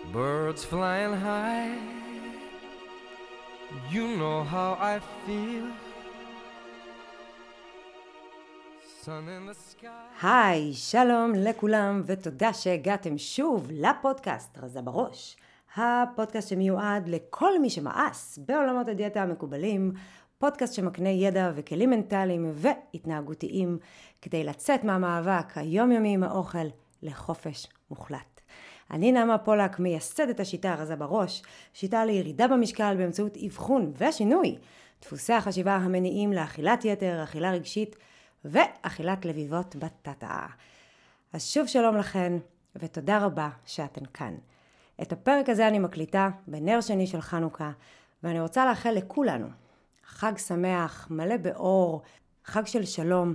Birds flying high, you know how I feel. Sun in the sky. היי, שלום לכולם ותודה שהגעתם שוב לפודקאסט רזה בראש. הפודקאסט שמיועד לכל מי שמאס בעולמות הדיאטה המקובלים, פודקאסט שמקנה ידע וכלים מנטליים והתנהגותיים כדי לצאת מהמאבק היומיומי עם האוכל לחופש מוחלט. אני נעמה פולק, מייסדת השיטה רזה בראש, שיטה לירידה במשקל באמצעות אבחון ושינוי, דפוסי החשיבה המניעים לאכילת יתר, אכילה רגשית ואכילת לביבות בתת-תא. אז שוב שלום לכן ותודה רבה שאתן כאן. את הפרק הזה אני מקליטה בנר שני של חנוכה, ואני רוצה לאחל לכולנו חג שמח, מלא באור, חג של שלום,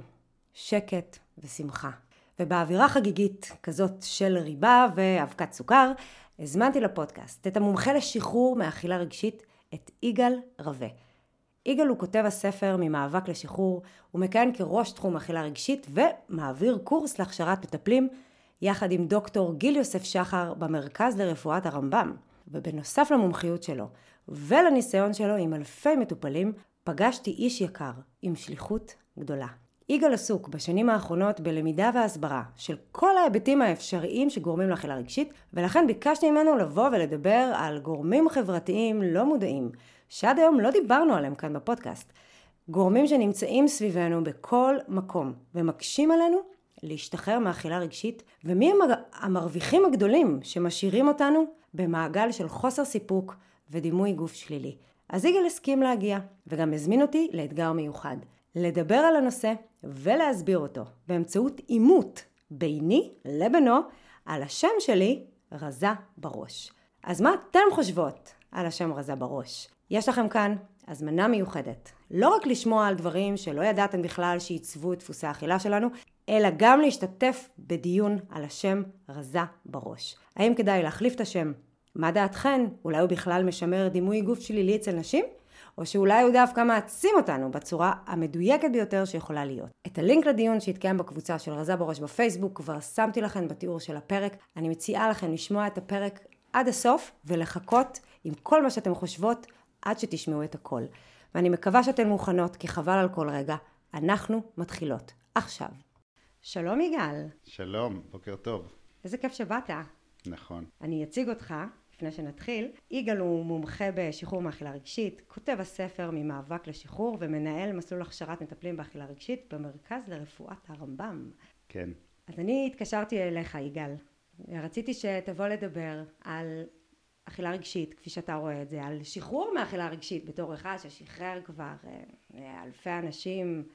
שקט ושמחה. ובאווירה חגיגית כזאת של ריבה ואבקת סוכר, הזמנתי לפודקאסט את המומחה לשחרור מאכילה רגשית, את יגאל רווה. יגאל הוא כותב הספר ממאבק לשחרור, הוא מכהן כראש תחום אכילה רגשית ומעביר קורס להכשרת מטפלים יחד עם דוקטור גיל יוסף שחר במרכז לרפואת הרמב"ם. ובנוסף למומחיות שלו ולניסיון שלו עם אלפי מטופלים, פגשתי איש יקר עם שליחות גדולה. יגאל עסוק בשנים האחרונות בלמידה והסברה של כל ההיבטים האפשריים שגורמים לאכילה רגשית, ולכן ביקשתי ממנו לבוא ולדבר על גורמים חברתיים לא מודעים, שעד היום לא דיברנו עליהם כאן בפודקאסט. גורמים שנמצאים סביבנו בכל מקום ומקשים עלינו להשתחרר מאכילה רגשית, ומי הם המרוויחים הגדולים שמשאירים אותנו במעגל של חוסר סיפוק ודימוי גוף שלילי. אז יגאל הסכים להגיע וגם הזמין אותי לאתגר מיוחד. לדבר על הנושא ולהסביר אותו באמצעות אימות ביני לבינו על השם שלי רזה בראש. אז מה אתם חושבות על השם רזה בראש? יש לכם כאן הזמנה מיוחדת. לא רק לשמוע על דברים שלא ידעתם בכלל שעיצבו את דפוסי האכילה שלנו, אלא גם להשתתף בדיון על השם רזה בראש. האם כדאי להחליף את השם? מה דעתכן? אולי הוא בכלל משמר דימוי גוף שלילי אצל נשים? או שאולי הוא דווקא מעצים אותנו בצורה המדויקת ביותר שיכולה להיות. את הלינק לדיון שהתקיים בקבוצה של רזה בראש בפייסבוק כבר שמתי לכם בתיאור של הפרק. אני מציעה לכם לשמוע את הפרק עד הסוף ולחכות עם כל מה שאתם חושבות עד שתשמעו את הכל. ואני מקווה שאתן מוכנות, כי חבל על כל רגע. אנחנו מתחילות עכשיו. שלום יגאל. שלום, בוקר טוב. איזה כיף שבאת. נכון. אני אציג אותך לפני שנתחיל. יגאל הוא מומחה בשחרור מאכילה רגשית, כותב הספר ממאבק לשחרור ומנהל מסלול הכשרת מטפלים באכילה רגשית במרכז לרפואת הרמב"ם. כן. אז אני התקשרתי אליך יגאל. רציתי שתבוא לדבר על אכילה רגשית, כפי שאתה רואה את זה, על שחרור מאכילה רגשית בתור אחד ששחרר כבר אלפי אנשים,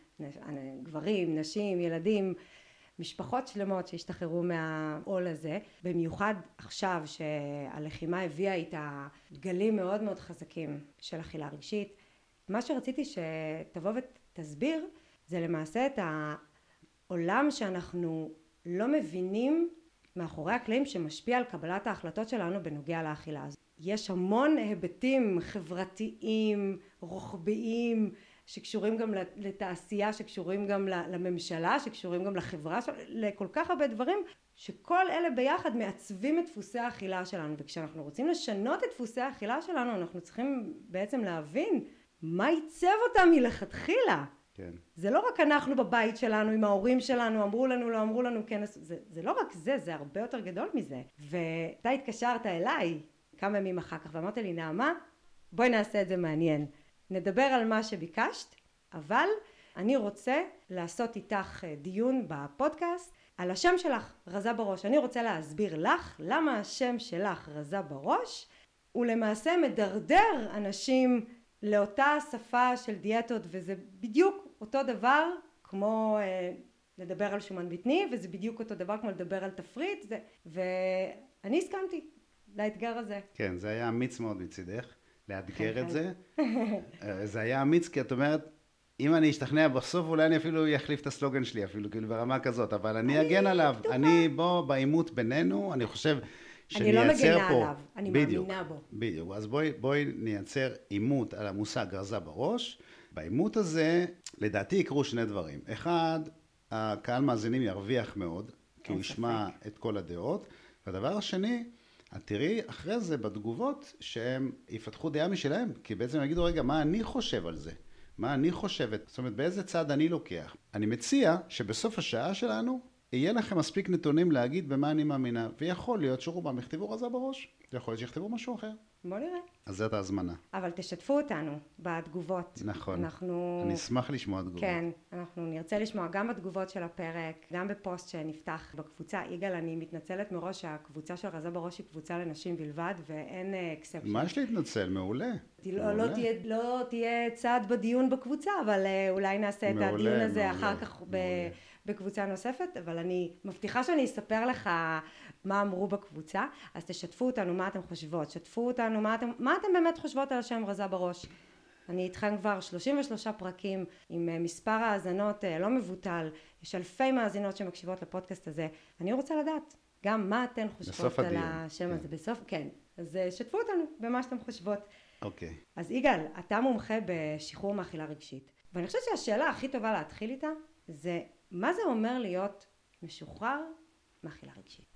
גברים, נשים, ילדים, משפחות שלמות שהשתחררו מהעול הזה, במיוחד עכשיו שהלחימה הביאה איתה גלים מאוד מאוד חזקים של אכילה רגשית. מה שרציתי שתבוא ותסביר זה למעשה את העולם שאנחנו לא מבינים מאחורי הקלעים שמשפיע על קבלת ההחלטות שלנו בנוגע לאכילה הזו. יש המון היבטים חברתיים, רוחביים, שקשורים גם לתעשייה, שקשורים גם לממשלה, שקשורים גם לחברה, לכל כך הרבה דברים, שכל אלה ביחד מעצבים את דפוסי האכילה שלנו. וכשאנחנו רוצים לשנות את דפוסי האכילה שלנו, אנחנו צריכים בעצם להבין מה ייצב אותם מלכתחילה. כן. זה לא רק אנחנו בבית שלנו, עם ההורים שלנו, אמרו לנו, לא אמרו לנו, כן, זה לא רק זה, זה הרבה יותר גדול מזה. ואתה התקשרת אליי כמה ימים אחר כך, ואמרת לי, נעמה, בואי נעשה את זה מעניין. נדבר על מה שביקשת, אבל אני רוצה לעשות איתך דיון בפודקאסט על השם שלך, רזה בראש. אני רוצה להסביר לך למה השם שלך, רזה בראש, הוא למעשה מדרדר אנשים לאותה שפה של דיאטות, וזה בדיוק אותו דבר כמו לדבר על שומן בטני, וזה בדיוק אותו דבר כמו לדבר על תפריט, ואני הסכמתי לאתגר הזה. כן, זה היה אמיץ מאוד מצידך, לאתגר את זה. זה היה אמיץ, כי את אומרת, אם אני אשתכנע בסוף, אולי אני אפילו יחליף את הסלוגן שלי, אפילו כאילו ברמה כזאת, אבל אני אגן עליו. אני בוא בעימות בינינו, אני חושב אני לא מגנה עליו, אני מאמינה בו. בדיוק, אז בואי נייצר עימות על המושג רזה בראש. בעימות הזה, לדעתי יקרו שני דברים. אחד, הקהל מאזינים ירוויח מאוד, כי הוא ישמע את כל הדעות. והדבר השני, את תראי אחרי זה בתגובות שהם יפתחו דעה משלהם, כי בעצם יגידו, רגע, מה אני חושב על זה? מה אני חושבת? זאת אומרת, באיזה צד אני לוקח? אני מציע שבסוף השעה שלנו, יהיה לכם מספיק נתונים להגיד במה אני מאמינה, ויכול להיות שרובם יכתבו רזה בראש, יכול להיות שיכתבו משהו אחר. בוא נראה. אז זאת ההזמנה. אבל תשתפו אותנו בתגובות. נכון. אנחנו... אני אשמח לשמוע תגובות. כן, אנחנו נרצה לשמוע גם בתגובות של הפרק, גם בפוסט שנפתח בקבוצה. יגאל, אני מתנצלת מראש שהקבוצה של רזה בראש היא קבוצה לנשים בלבד, ואין אקספשן. מה יש להתנצל? מעולה. לא תהיה צעד בדיון בקבוצה, אבל אולי נעשה את הדיון הזה אחר כך בקבוצה נוספת, אבל אני מבטיחה שאני אספר לך מה אמרו בקבוצה, אז תשתפו אותנו מה אתם חושבות, שתפו אותנו מה אתם באמת חושבות על השם רזה בראש. אני איתכם כבר 33 פרקים עם מספר האזנות לא מבוטל, יש אלפי מאזינות שמקשיבות לפודקאסט הזה, אני רוצה לדעת גם מה אתן חושבות על השם הזה בסוף, כן, אז שתפו אותנו במה שאתם חושבות. אוקיי. אז יגאל, אתה מומחה בשחרור מאכילה רגשית, ואני חושבת שהשאלה הכי טובה להתחיל איתה זה מה זה אומר להיות משוחרר מאכילה רגשית?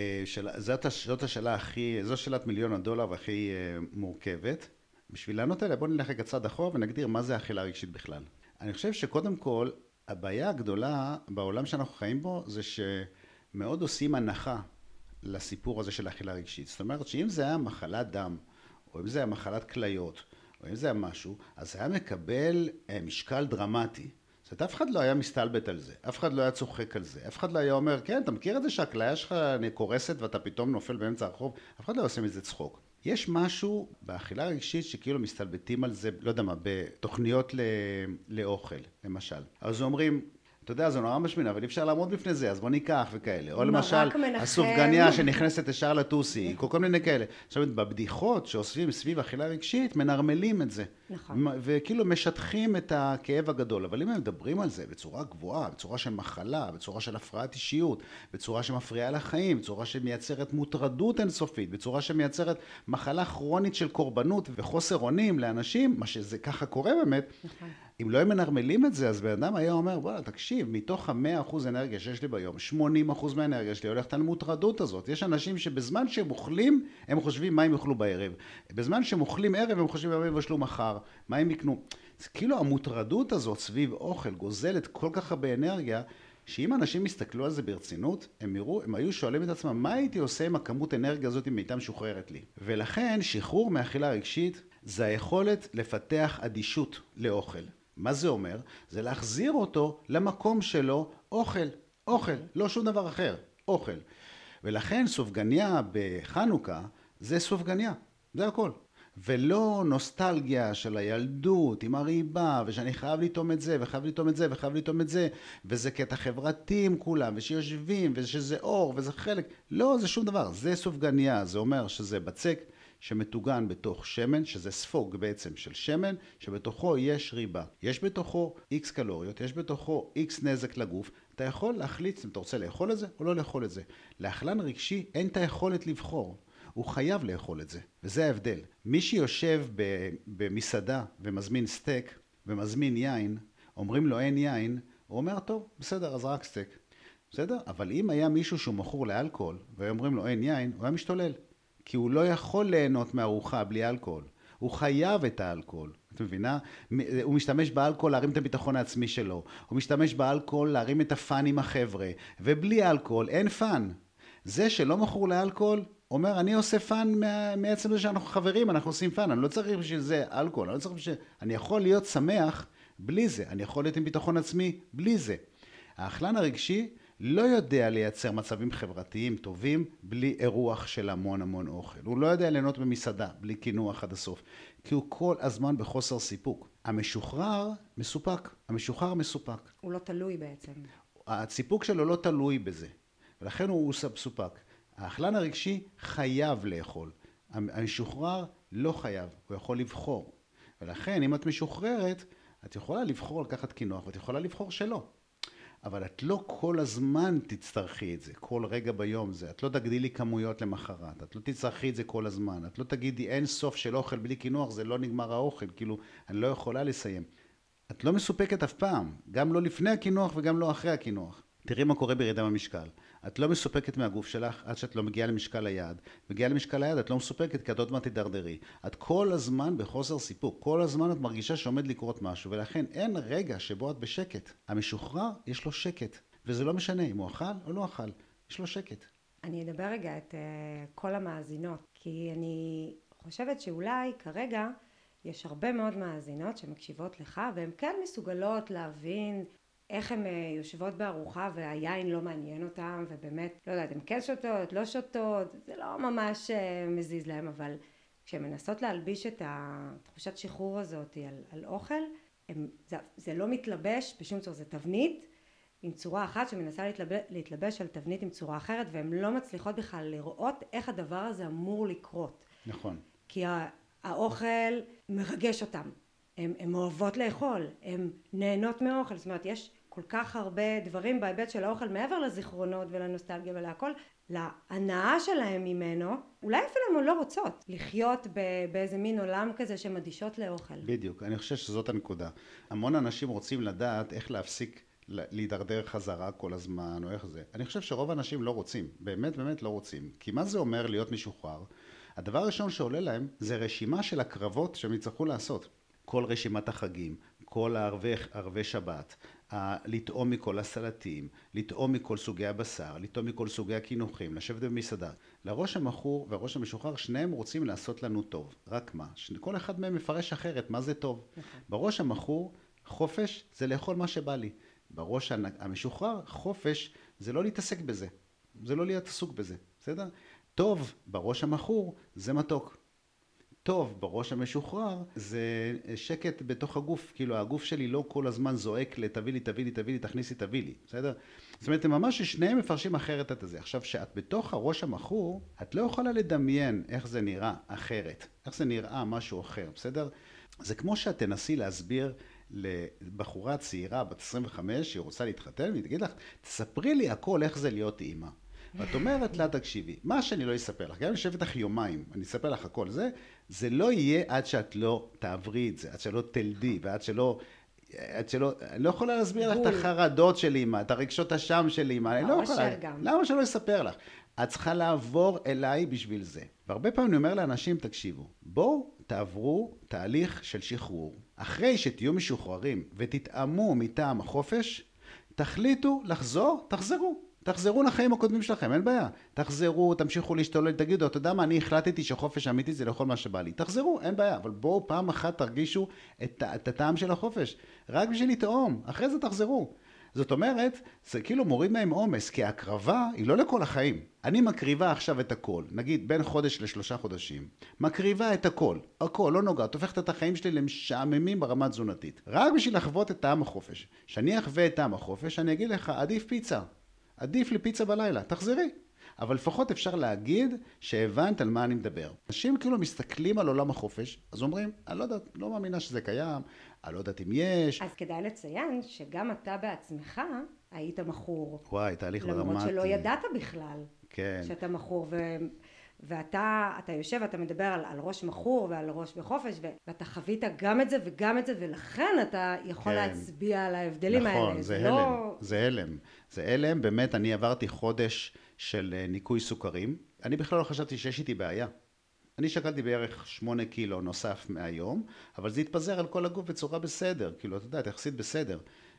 זאת השאלה זו שאלת $1,000,000 והכי מורכבת. בשביל לענות עליה, בוא נלך רגע צעד אחורה ונגדיר מה זה אכילה רגשית בכלל. אני חושב שקודם כל, הבעיה הגדולה בעולם שאנחנו חיים בו, זה שמאוד עושים הנחה לסיפור הזה של אכילה רגשית. זאת אומרת שאם זה היה מחלת דם, או אם זה היה מחלת כליות, או אם זה היה משהו, אז זה היה מקבל משקל דרמטי. זאת אומרת, אף אחד לא היה מסתלבט על זה, אף אחד לא היה צוחק על זה, אף אחד לא היה אומר, כן, אתה מכיר את זה שהכליה שלך קורסת ואתה פתאום נופל באמצע הרחוב, אף אחד לא עושה מזה צחוק. יש משהו באכילה רגשית שכאילו מסתלבטים על זה, לא יודע מה, בתוכניות לאוכל, למשל. אז אומרים, אתה יודע, זה נורא משמין, אבל אי אפשר לעמוד בפני זה, אז בוא ניקח וכאלה. או למשל, הסופגניה שנכנסת ישר לטוסי, כל מיני כאלה. עכשיו, בבדיחות שעושים סביב אכילה רגשית, מנרמלים את זה. נכון. וכאילו משטחים את הכאב הגדול. אבל אם הם מדברים על זה בצורה גבוהה, בצורה של מחלה, בצורה של הפרעת אישיות, בצורה שמפריעה לחיים, בצורה שמייצרת מוטרדות אינסופית, בצורה שמייצרת מחלה כרונית של קורבנות וחוסר אונים לאנשים, מה שזה ככה קורה באמת, נכון. אם לא הם מנרמלים את זה, אז בן אדם היה אומר, בוא'לה, תקשיב, מתוך 100% אנרגיה שיש לי ביום, 80% מהאנרגיה שלי הולכת על המוטרדות הזאת. יש אנשים שבזמן שהם אוכלים, הם חושבים מה הם יאכלו בערב. בזמן שהם אוכלים ערב, הם חושבים מה הם יבשלו מחר, מה הם יקנו. זה כאילו המוטרדות הזאת סביב אוכל גוזלת כל כך הרבה אנרגיה, שאם אנשים יסתכלו על זה ברצינות, הם היו שואלים את עצמם, מה הייתי עושה עם הכמות אנרגיה הזאת אם הייתה משוחררת לי? ולכן, שחרור מאכילה רגשית, זה היכולת לפתח אדישות לאוכל. מה זה אומר? זה להחזיר אותו למקום שלו, אוכל, לא שום דבר אחר, אוכל. ולכן סופגניה בחנוכה זה סופגניה, זה הכל. ולא נוסטלגיה של הילדות עם הריבה, ושאני חייב לטעום את זה, וחייב לטעום את זה, וחייב לטעום את זה, וזה קטע חברתי עם כולם, ושיושבים, ושזה אור, וזה חלק. לא, זה שום דבר. זה סופגניה, זה אומר שזה בצק, שמתוגן בתוך שמן, שזה ספוג בעצם של שמן, שבתוכו יש ריבה. יש בתוכו X קלוריות, יש בתוכו X נזק לגוף. אתה יכול להחליט אם אתה רוצה לאכול את זה או לא לאכול את זה. לאכלן רגשי אין את היכולת לבחור. הוא חייב לאכול את זה, וזה ההבדל. מי שיושב במסעדה ומזמין סטייק ומזמין יין, אומרים לו אין יין, הוא אומר, טוב, בסדר, אז רק סטייק. בסדר? אבל אם היה מישהו שהוא מכור לאלכוהול, ואומרים לו אין יין, הוא היה משתולל. כי הוא לא יכול ליהנות מארוחה בלי אלכוהול. הוא חייב את האלכוהול. את מבינה? הוא משתמש באלכוהול להרים את הביטחון העצמי שלו. הוא משתמש באלכוהול להרים את הפן עם החבר'ה. ובלי אלכוהול אין פן. זה שלא מכור לאלכוהול, אומר, אני עושה פן מעצם זה שאנחנו חברים, אנחנו עושים פן. אני לא צריך בשביל זה אלכוהול. אני יכול להיות שמח בלי זה. אני יכול להיות עם ביטחון עצמי בלי זה. האכלן הרגשי לא יודע לייצר מצבים חברתיים טובים בלי אירוח של המון אוכל. הוא לא יודע ליהנות במסעדה בלי קינוח עד הסוף, כי הוא כל הזמן בחוסר סיפוק. המשוחרר מסופק. הוא לא תלוי בעצם. הסיפוק שלו לא תלוי בזה, ולכן הוא מסופק. האכלן הרגשי חייב לאכול. המשוחרר לא חייב, הוא יכול לבחור. ולכן אם את משוחררת, את יכולה לבחור לקחת קינוח, ואת יכולה לבחור שלא. אבל את לא כל הזמן תצטרכי את זה, כל רגע ביום זה. את לא תגדילי כמויות למחרת, את לא תצטרכי את זה כל הזמן. את לא תגידי אין סוף של אוכל בלי קינוח, זה לא נגמר האוכל, כאילו אני לא יכולה לסיים. את לא מסופקת אף פעם, גם לא לפני הקינוח וגם לא אחרי הקינוח. תראי מה קורה בירידה במשקל. את לא מסופקת מהגוף שלך עד שאת לא מגיעה למשקל היעד. מגיעה למשקל היעד, את לא מסופקת כי את עוד מעט תדרדרי. את כל הזמן בחוסר סיפוק, כל הזמן את מרגישה שעומד לקרות משהו, ולכן אין רגע שבו את בשקט. המשוחרר יש לו שקט, וזה לא משנה אם הוא אכל או לא אכל, יש לו שקט. אני אדבר רגע את כל המאזינות, כי אני חושבת שאולי כרגע יש הרבה מאוד מאזינות שמקשיבות לך, והן כן מסוגלות להבין איך הן יושבות בארוחה והיין לא מעניין אותן, ובאמת, לא יודעת, הן כן שותות, לא שותות, זה לא ממש מזיז להן, אבל כשהן מנסות להלביש את התחושת שחרור הזאת על אוכל, זה לא מתלבש בשום צורה, זה תבנית עם צורה אחת שמנסה להתלבש על תבנית עם צורה אחרת, והן לא מצליחות בכלל לראות איך הדבר הזה אמור לקרות. נכון. כי האוכל מרגש אותם, הן אוהבות לאכול, הן נהנות מאוכל, זאת אומרת יש כל כך הרבה דברים בהיבט של האוכל מעבר לזיכרונות ולנוסטלגיה ולהכל, להנאה שלהם ממנו, אולי אפילו הן לא רוצות לחיות באיזה מין עולם כזה שמדישות לאוכל. בדיוק, אני חושב שזאת הנקודה. המון אנשים רוצים לדעת איך להפסיק להידרדר חזרה כל הזמן או איך זה. אני חושב שרוב האנשים לא רוצים, באמת לא רוצים. כי מה זה אומר להיות משוחרר? הדבר הראשון שעולה להם זה רשימה של הקרבות שהם יצטרכו לעשות. כל רשימת החגים, כל ערבי שבת, לטעום מכל הסלטים, לטעום מכל סוגי הבשר, לטעום מכל סוגי הקינוחים, לשבת במסעדה. לראש המכור והראש המשוחרר, שניהם רוצים לעשות לנו טוב. רק מה? כל אחד מהם מפרש אחרת מה זה טוב. בראש המכור, חופש זה לאכול מה שבא לי. בראש המשוחרר, חופש זה לא להתעסק בזה. זה לא להיות עסוק בזה. בסדר? טוב בראש המכור זה מתוק. טוב בראש המשוחרר זה שקט בתוך הגוף. כאילו הגוף שלי לא כל הזמן זועק לתביא לי, תכניסי, תביא לי. בסדר? זאת אומרת, ממש ששניהם מפרשים אחרת את זה. עכשיו, שאת בתוך הראש המכור, את לא יכולה לדמיין איך זה נראה אחרת. איך זה נראה משהו אחר. בסדר? זה כמו שאת תנסי להסביר לבחורה צעירה בת 25 שהיא רוצה להתחתן, והיא תגיד לך, תספרי לי הכל איך זה להיות אימא. ואת אומרת לה, תקשיבי, מה שאני לא אספר לך, גם אני אשב איתך יומיים, אני אספר לך הכל, זה לא יהיה עד שאת לא תעברי את זה, עד שלא תלדי, ועד שלא, אני לא יכולה להסביר לך את החרדות של אימא, את הרגשות השם של אימא, אני לא יכולה, למה שלא אספר לך? את צריכה לעבור אליי בשביל זה. והרבה פעמים אני אומר לאנשים, תקשיבו, בואו תעברו תהליך של שחרור. אחרי שתהיו משוחררים ותתאמו מטעם החופש, תחליטו לחזור, תחזרו לחיים הקודמים שלכם, אין בעיה. תחזרו, תמשיכו להשתולל, תגידו, אתה יודע מה, אני החלטתי שחופש אמיתי זה לאכול מה שבא לי. תחזרו, אין בעיה, אבל בואו פעם אחת תרגישו את הטעם של החופש. רק בשביל לטעום, אחרי זה תחזרו. זאת אומרת, זה כאילו מוריד מהם עומס, כי ההקרבה היא לא לכל החיים. אני מקריבה עכשיו את הכל, נגיד בין חודש ל3 חודשים. מקריבה את הכל, לא נוגעת, הופכת את החיים שלי למשעממים ברמה תזונתית. רק בשביל לחוות את טעם החופש. שאני אחווה את טעם החופש, אני אגיד לך, עדיף פיצה. עדיף לי פיצה בלילה, תחזרי. אבל לפחות אפשר להגיד שהבנת על מה אני מדבר. אנשים כאילו מסתכלים על עולם החופש, אז אומרים, אני לא יודעת, לא מאמינה שזה קיים, אני לא יודעת אם יש. אז כדאי לציין שגם אתה בעצמך היית מכור. וואי, תהליך דרמטי. למרות שלא ידעת בכלל כן. שאתה מכור, ואתה יושב, אתה מדבר על ראש מכור ועל ראש בחופש, ואתה חווית גם את זה וגם את זה, ולכן אתה יכול כן. להצביע על ההבדלים האלה. נכון, זה הלם, זה הלם. זה הלם, באמת, אני עברתי חודש של ניקוי סוכרים. אני בכלל לא חשבתי שיש איתי בעיה. אני שקלתי בערך 8 קילו נוסף מהיום, אבל זה התפזר על כל הגוף בצורה בסדר, כאילו, אתה יודע, יחסית בסדר.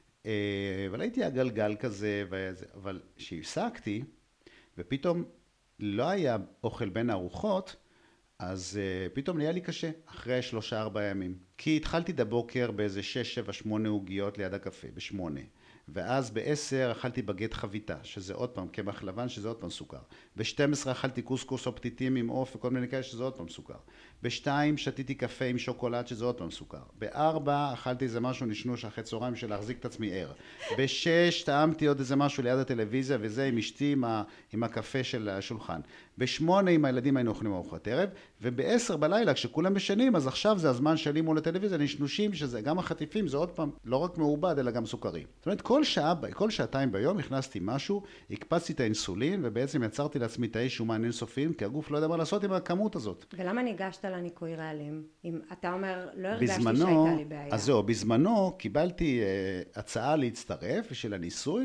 אבל הייתי הגלגל כזה, אבל שהפסקתי, ופתאום לא היה אוכל בין הארוחות, אז פתאום נהיה לי קשה, אחרי 3-4 ימים. כי התחלתי את הבוקר באיזה 6-7-8 עוגיות ליד הקפה, ב8. ואז ב10 אכלתי בגט חביתה, שזה עוד פעם קמח לבן, שזה עוד פעם סוכר. ב12 אכלתי קוסקוס או פתיתים עם עוף וכל מיני כאלה, שזה עוד פעם סוכר. ב2 שתיתי קפה עם שוקולד, שזה עוד פעם סוכר. ב4 אכלתי איזה משהו נשנוש אחרי צהריים של להחזיק את עצמי ער. ב6 טעמתי עוד איזה משהו ליד הטלוויזיה, וזה עם אשתי עם הקפה של השולחן. ב8 עם הילדים היינו אוכלים ארוחת ערב, וב10 בלילה כשכולם בשנים, אז עכשיו זה הזמן שלי מול הטלוויזיה, נשנושים, שזה גם החטיפים, זה עוד פעם לא רק מעובד אלא גם סוכרי. זאת אומרת, כל שעתיים ביום הכנסתי משהו, הקפצתי את האינסולין ובעצם יצרתי לעצמי תאי שומן אינסופיים, כי הגוף לא יודע מה לעשות עם הכמות הזאת. ולמה ניגשת לניקוי רעלים? אם אתה אומר, לא הרגשתי שהייתה לי בעיה. אז זהו, בזמנו קיבלתי הצעה להצטרף בשביל הניסוי,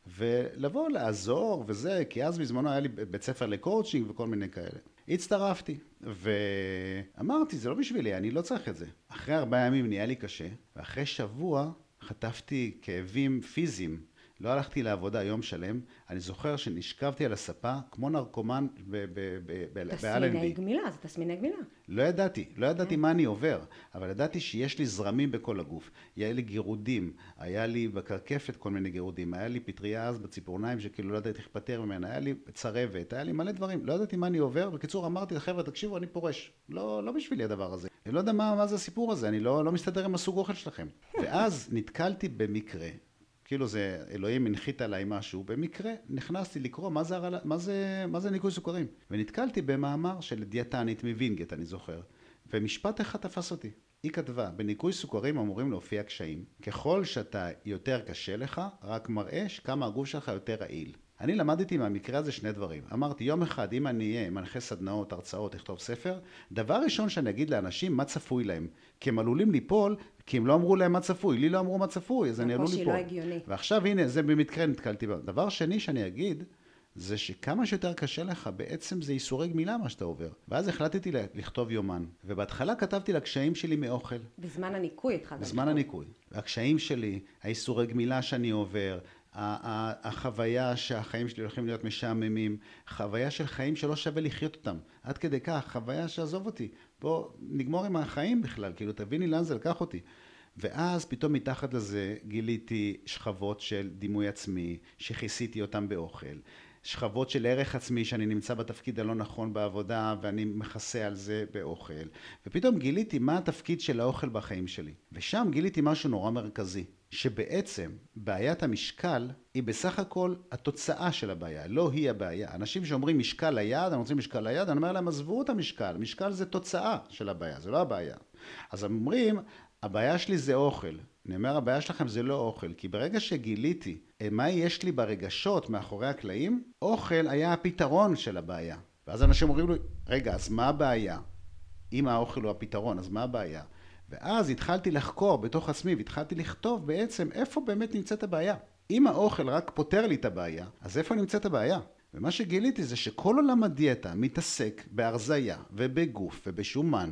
ולבוא לעזור וזה, כי אז בזמנו היה לי בית ספר לקואוצ'ינג וכל מיני כאלה. הצטרפתי, ואמרתי, זה לא בשבילי, אני לא צריך את זה. אחרי 4 ימים נהיה לי קשה, ואחרי שבוע חטפתי כאבים פיזיים. לא הלכתי לעבודה יום שלם, אני זוכר שנשכבתי על הספה כמו נרקומן באלנבי. תסמיני גמילה, זה תסמיני גמילה. לא ידעתי מה אני עובר, אבל ידעתי שיש לי זרמים בכל הגוף. היה לי גירודים, היה לי בקרקפת כל מיני גירודים, היה לי פטריה אז בציפורניים שכאילו לא ידעתי איך פטר ממנה, היה לי צרבת, היה לי מלא דברים, לא ידעתי מה אני עובר. בקיצור אמרתי לחבר'ה, תקשיבו, אני פורש. לא בשבילי הדבר הזה. אני לא יודע מה זה הסיפור הזה, אני לא מסתדר עם הסוג אוכל שלכם. ואז נתקלתי במקרה, כאילו זה, אלוהים הנחית עליי משהו, במקרה נכנסתי לקרוא מה זה ניקוי סוכרים. ונתקלתי במאמר של דיאטנית מווינגייט, אני זוכר, ומשפט אחד תפס אותי. היא כתבה, בניקוי סוכרים אמורים להופיע קשיים. ככל שאתה יותר קשה לך, רק מראה כמה הגוף שלך יותר רעיל. אני למדתי מהמקרה הזה 2 דברים. אמרתי, יום אחד, אם אני אהיה מנחה סדנאות, הרצאות, לכתוב ספר, דבר ראשון שאני אגיד לאנשים מה צפוי להם. כי הם עלולים ליפול, כי הם לא אמרו להם מה צפוי. לי לא אמרו מה צפוי, אז אני עלול ליפול. לא הגיוני. ועכשיו, הנה, זה במקרה נתקלתי בה. דבר שני שאני אגיד, זה שכמה שיותר קשה לך, בעצם זה ייסורי גמילה מה שאתה עובר. ואז החלטתי לכתוב יומן. ובהתחלה כתבתי לקשיים שלי מאוכל. בזמן הניקוי התחלת. בזמן הניקוי. הקשיים שלי, הייסורי גמילה שאני עובר, החוויה שהחיים שלי הולכים להיות משעממים, חוויה של חיים שלא שווה לחיות אותם. עד כדי כך, חוויה שעזוב אותי. בוא נגמור עם החיים בכלל, כאילו תביני לאן זה לקח אותי. ואז פתאום מתחת לזה גיליתי שכבות של דימוי עצמי, שכיסיתי אותם באוכל. שכבות של ערך עצמי שאני נמצא בתפקיד הלא נכון בעבודה ואני מכסה על זה באוכל. ופתאום גיליתי מה התפקיד של האוכל בחיים שלי. ושם גיליתי משהו נורא מרכזי. שבעצם בעיית המשקל היא בסך הכל התוצאה של הבעיה, לא היא הבעיה. אנשים שאומרים משקל ליד, אני רוצה משקל ליד, אני אומר להם עזבו את המשקל, משקל זה תוצאה של הבעיה, זה לא הבעיה. אז הם אומרים, הבעיה שלי זה אוכל. אני אומר, הבעיה שלכם זה לא אוכל, כי ברגע שגיליתי מה יש לי ברגשות מאחורי הקלעים, אוכל היה הפתרון של הבעיה. ואז אנשים אומרים לי, רגע, אז מה הבעיה? אם האוכל הוא הפתרון, אז מה הבעיה? ואז התחלתי לחקור בתוך עצמי, והתחלתי לכתוב בעצם איפה באמת נמצאת הבעיה. אם האוכל רק פותר לי את הבעיה, אז איפה נמצאת הבעיה? ומה שגיליתי זה שכל עולם הדיאטה מתעסק בהרזיה ובגוף ובשומן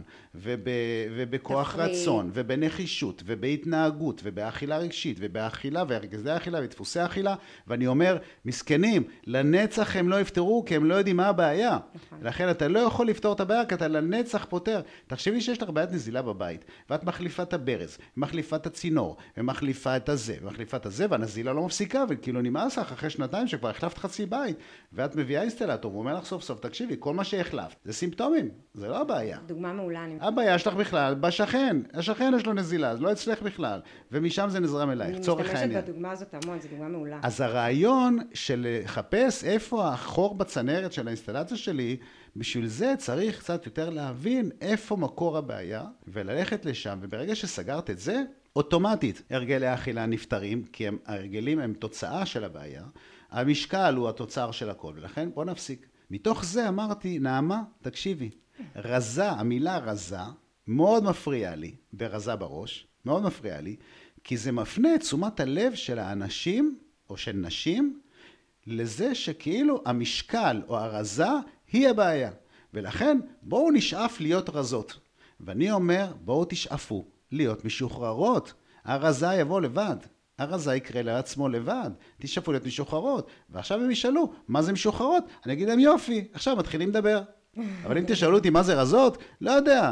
ובכוח רצון ובנחישות ובהתנהגות ובאכילה רגשית ובאכילה והרגזי אכילה ודפוסי אכילה, ואני אומר, מסכנים, לנצח הם לא יפתרו כי הם לא יודעים מה הבעיה. לכן אתה לא יכול לפתור את הבעיה כי אתה לנצח פותר. תחשבי שיש לך בעיית נזילה בבית ואת מחליפה את הברז, מחליפה את הצינור ומחליפה את הזה ומחליפה את הזה, והנזילה לא מפסיקה וכאילו נמאס לך אחרי 2 שכבר החלפת חצי בית ואת מביאה אינסטלטור, הוא אומר לך סוף סוף, תקשיבי, כל מה שהחלפת, זה סימפטומים, זה לא הבעיה. דוגמה מעולה. הבעיה שלך בכלל, בשכן, השכן יש לו נזילה, אז לא אצלך בכלל, ומשם זה נזרם אלייך, צורך העניין. אני משתמשת בדוגמה הזאת המון, זו דוגמה מעולה. אז הרעיון של לחפש איפה החור בצנרת של האינסטלציה שלי, בשביל זה צריך קצת יותר להבין איפה מקור הבעיה, וללכת לשם, וברגע שסגרת את זה, אוטומטית הרגלי האכילה נפטרים, כי ההרגלים הם תוצאה של הבעיה, המשקל הוא התוצר של הכל, ולכן בוא נפסיק. מתוך זה אמרתי, נעמה, תקשיבי, רזה, המילה רזה, מאוד מפריע לי, ברזה בראש, מאוד מפריע לי, כי זה מפנה את תשומת הלב של האנשים, או של נשים, לזה שכאילו המשקל או הרזה היא הבעיה. ולכן בואו נשאף להיות רזות. ואני אומר, בואו תשאפו להיות משוחררות. הרזה יבוא לבד. הרזה יקרה לעצמו לבד, תשאפו להיות משוחררות, ועכשיו הם ישאלו, מה זה משוחררות? אני אגיד להם יופי, עכשיו מתחילים לדבר. אבל אם תשאלו אותי מה זה רזות, לא יודע,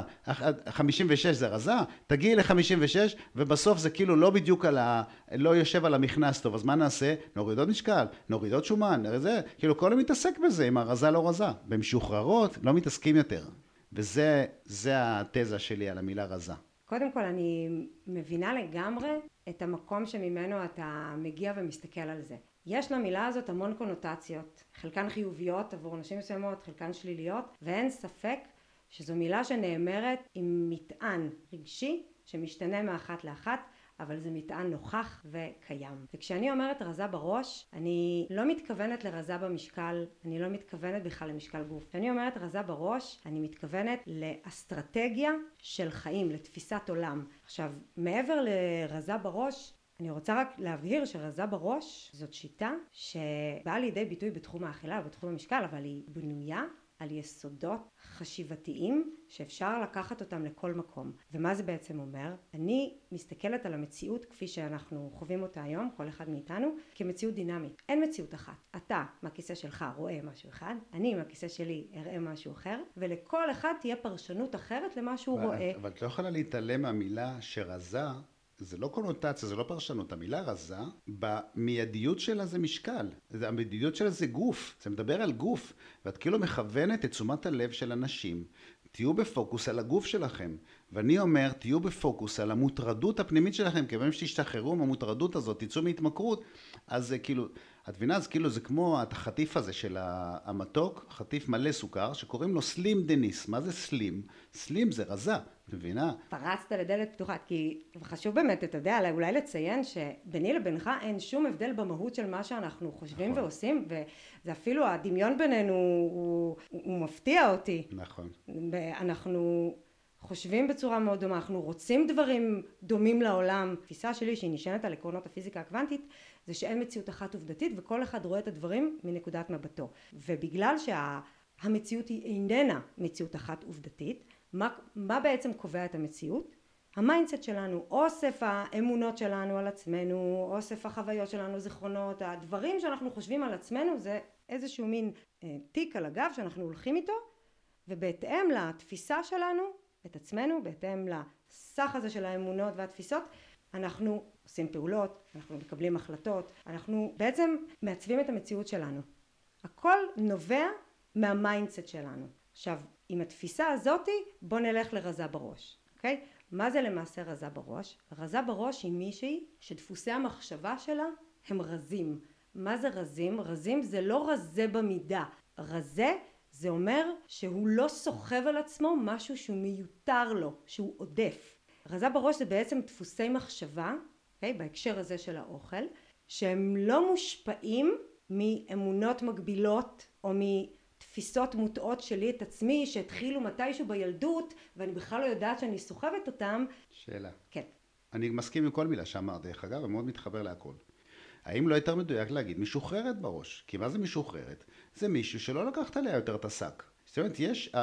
56 זה רזה, תגיעי ל-56, ובסוף זה כאילו לא בדיוק לא יושב על המכנס טוב, אז מה נעשה? נוריד עוד משקל, נוריד עוד שומן, זה, כאילו כל מתעסק בזה, אם הרזה לא רזה. במשוחררות לא מתעסקים יותר, וזה התזה שלי על המילה רזה. קודם כל אני מבינה לגמרי את המקום שממנו אתה מגיע ומסתכל על זה. יש למילה הזאת המון קונוטציות, חלקן חיוביות עבור נשים מסוימות, חלקן שליליות, ואין ספק שזו מילה שנאמרת עם מטען רגשי שמשתנה מאחת לאחת, אבל זה מטען נוכח וקיים. וכשאני אומרת רזה בראש, אני לא מתכוונת לרזה במשקל, אני לא מתכוונת בכלל למשקל גוף. כשאני אומרת רזה בראש, אני מתכוונת לאסטרטגיה של חיים, לתפיסת עולם. עכשיו, מעבר לרזה בראש, אני רוצה רק להבהיר שרזה בראש זאת שיטה שבאה לידי ביטוי בתחום האכילה ובתחום המשקל, אבל היא בנויה על יסודות חשיבתיים שאפשר לקחת אותם לכל מקום. ומה זה בעצם אומר? אני מסתכלת על המציאות כפי שאנחנו חווים אותה היום, כל אחד מאיתנו, כמציאות דינמית. אין מציאות אחת. אתה מהכיסא שלך רואה משהו אחד, אני מהכיסא שלי אראה משהו אחר, ולכל אחד תהיה פרשנות אחרת למה שהוא רואה. אבל את לא יכולה להתעלם מהמילה שרזה, זה לא קונוטציה, זה לא פרשנות. המילה רזה, במיידיות שלה זה משקל. המיידיות שלה זה גוף. זה מדבר על גוף. ואת כאילו מכוונת את תשומת הלב של אנשים. תהיו בפוקוס על הגוף שלכם. ואני אומר, תהיו בפוקוס על המוטרדות הפנימית שלכם. כיוון שתשתחררו מהמוטרדות הזאת, תצאו מהתמכרות, אז זה כאילו, את מבינה, אז כאילו זה כמו החטיף הזה של המתוק, חטיף מלא סוכר, שקוראים לו סלים דניס. מה זה סלים? סלים זה רזה. את מבינה? פרצת לדלת פתוחה, כי חשוב באמת, אתה יודע, אולי לציין שביני לבינך אין שום הבדל במהות של מה שאנחנו חושבים נכון. ועושים, וזה אפילו הדמיון בינינו הוא מפתיע אותי. נכון. אנחנו חושבים בצורה מאוד דומה, אנחנו רוצים דברים דומים לעולם. התפיסה שלי שהיא נשענת על עקרונות הפיזיקה הקוונטית, זה שאין מציאות אחת עובדתית וכל אחד רואה את הדברים מנקודת מבטו. ובגלל שהמציאות היא איננה מציאות אחת עובדתית, מה בעצם קובע את המציאות? המיינדסט שלנו, אוסף האמונות שלנו על עצמנו, אוסף החוויות שלנו, זיכרונות, הדברים שאנחנו חושבים על עצמנו, זה איזשהו מין תיק על הגב שאנחנו הולכים איתו, ובהתאם לתפיסה שלנו, את עצמנו, בהתאם לסך הזה של האמונות והתפיסות, אנחנו עושים פעולות, אנחנו מקבלים החלטות, אנחנו בעצם מעצבים את המציאות שלנו. הכל נובע מהמיינדסט שלנו. עכשיו, עם התפיסה הזאת, בוא נלך לרזה בראש, אוקיי? מה זה למעשה רזה בראש? רזה בראש היא מישהי שדפוסי המחשבה שלה הם רזים. מה זה רזים? רזים זה לא רזה במידה. רזה זה אומר שהוא לא סוחב על עצמו משהו שהוא מיותר לו, שהוא עודף. רזה בראש זה בעצם דפוסי מחשבה, אוקיי? בהקשר הזה של האוכל, שהם לא מושפעים מאמונות מגבילות או תפיסות מוטעות שלי את עצמי שהתחילו מתישהו בילדות ואני בכלל לא יודעת שאני סוחבת אותם. שאלה. כן. אני מסכים עם כל מילה שאמרת, דרך אגב, ומאוד מתחבר להכל. האם לא יותר מדויק להגיד משוחררת בראש? כי מה זה משוחררת? זה מישהו שלא לקחת עליה יותר את השק. זאת אומרת,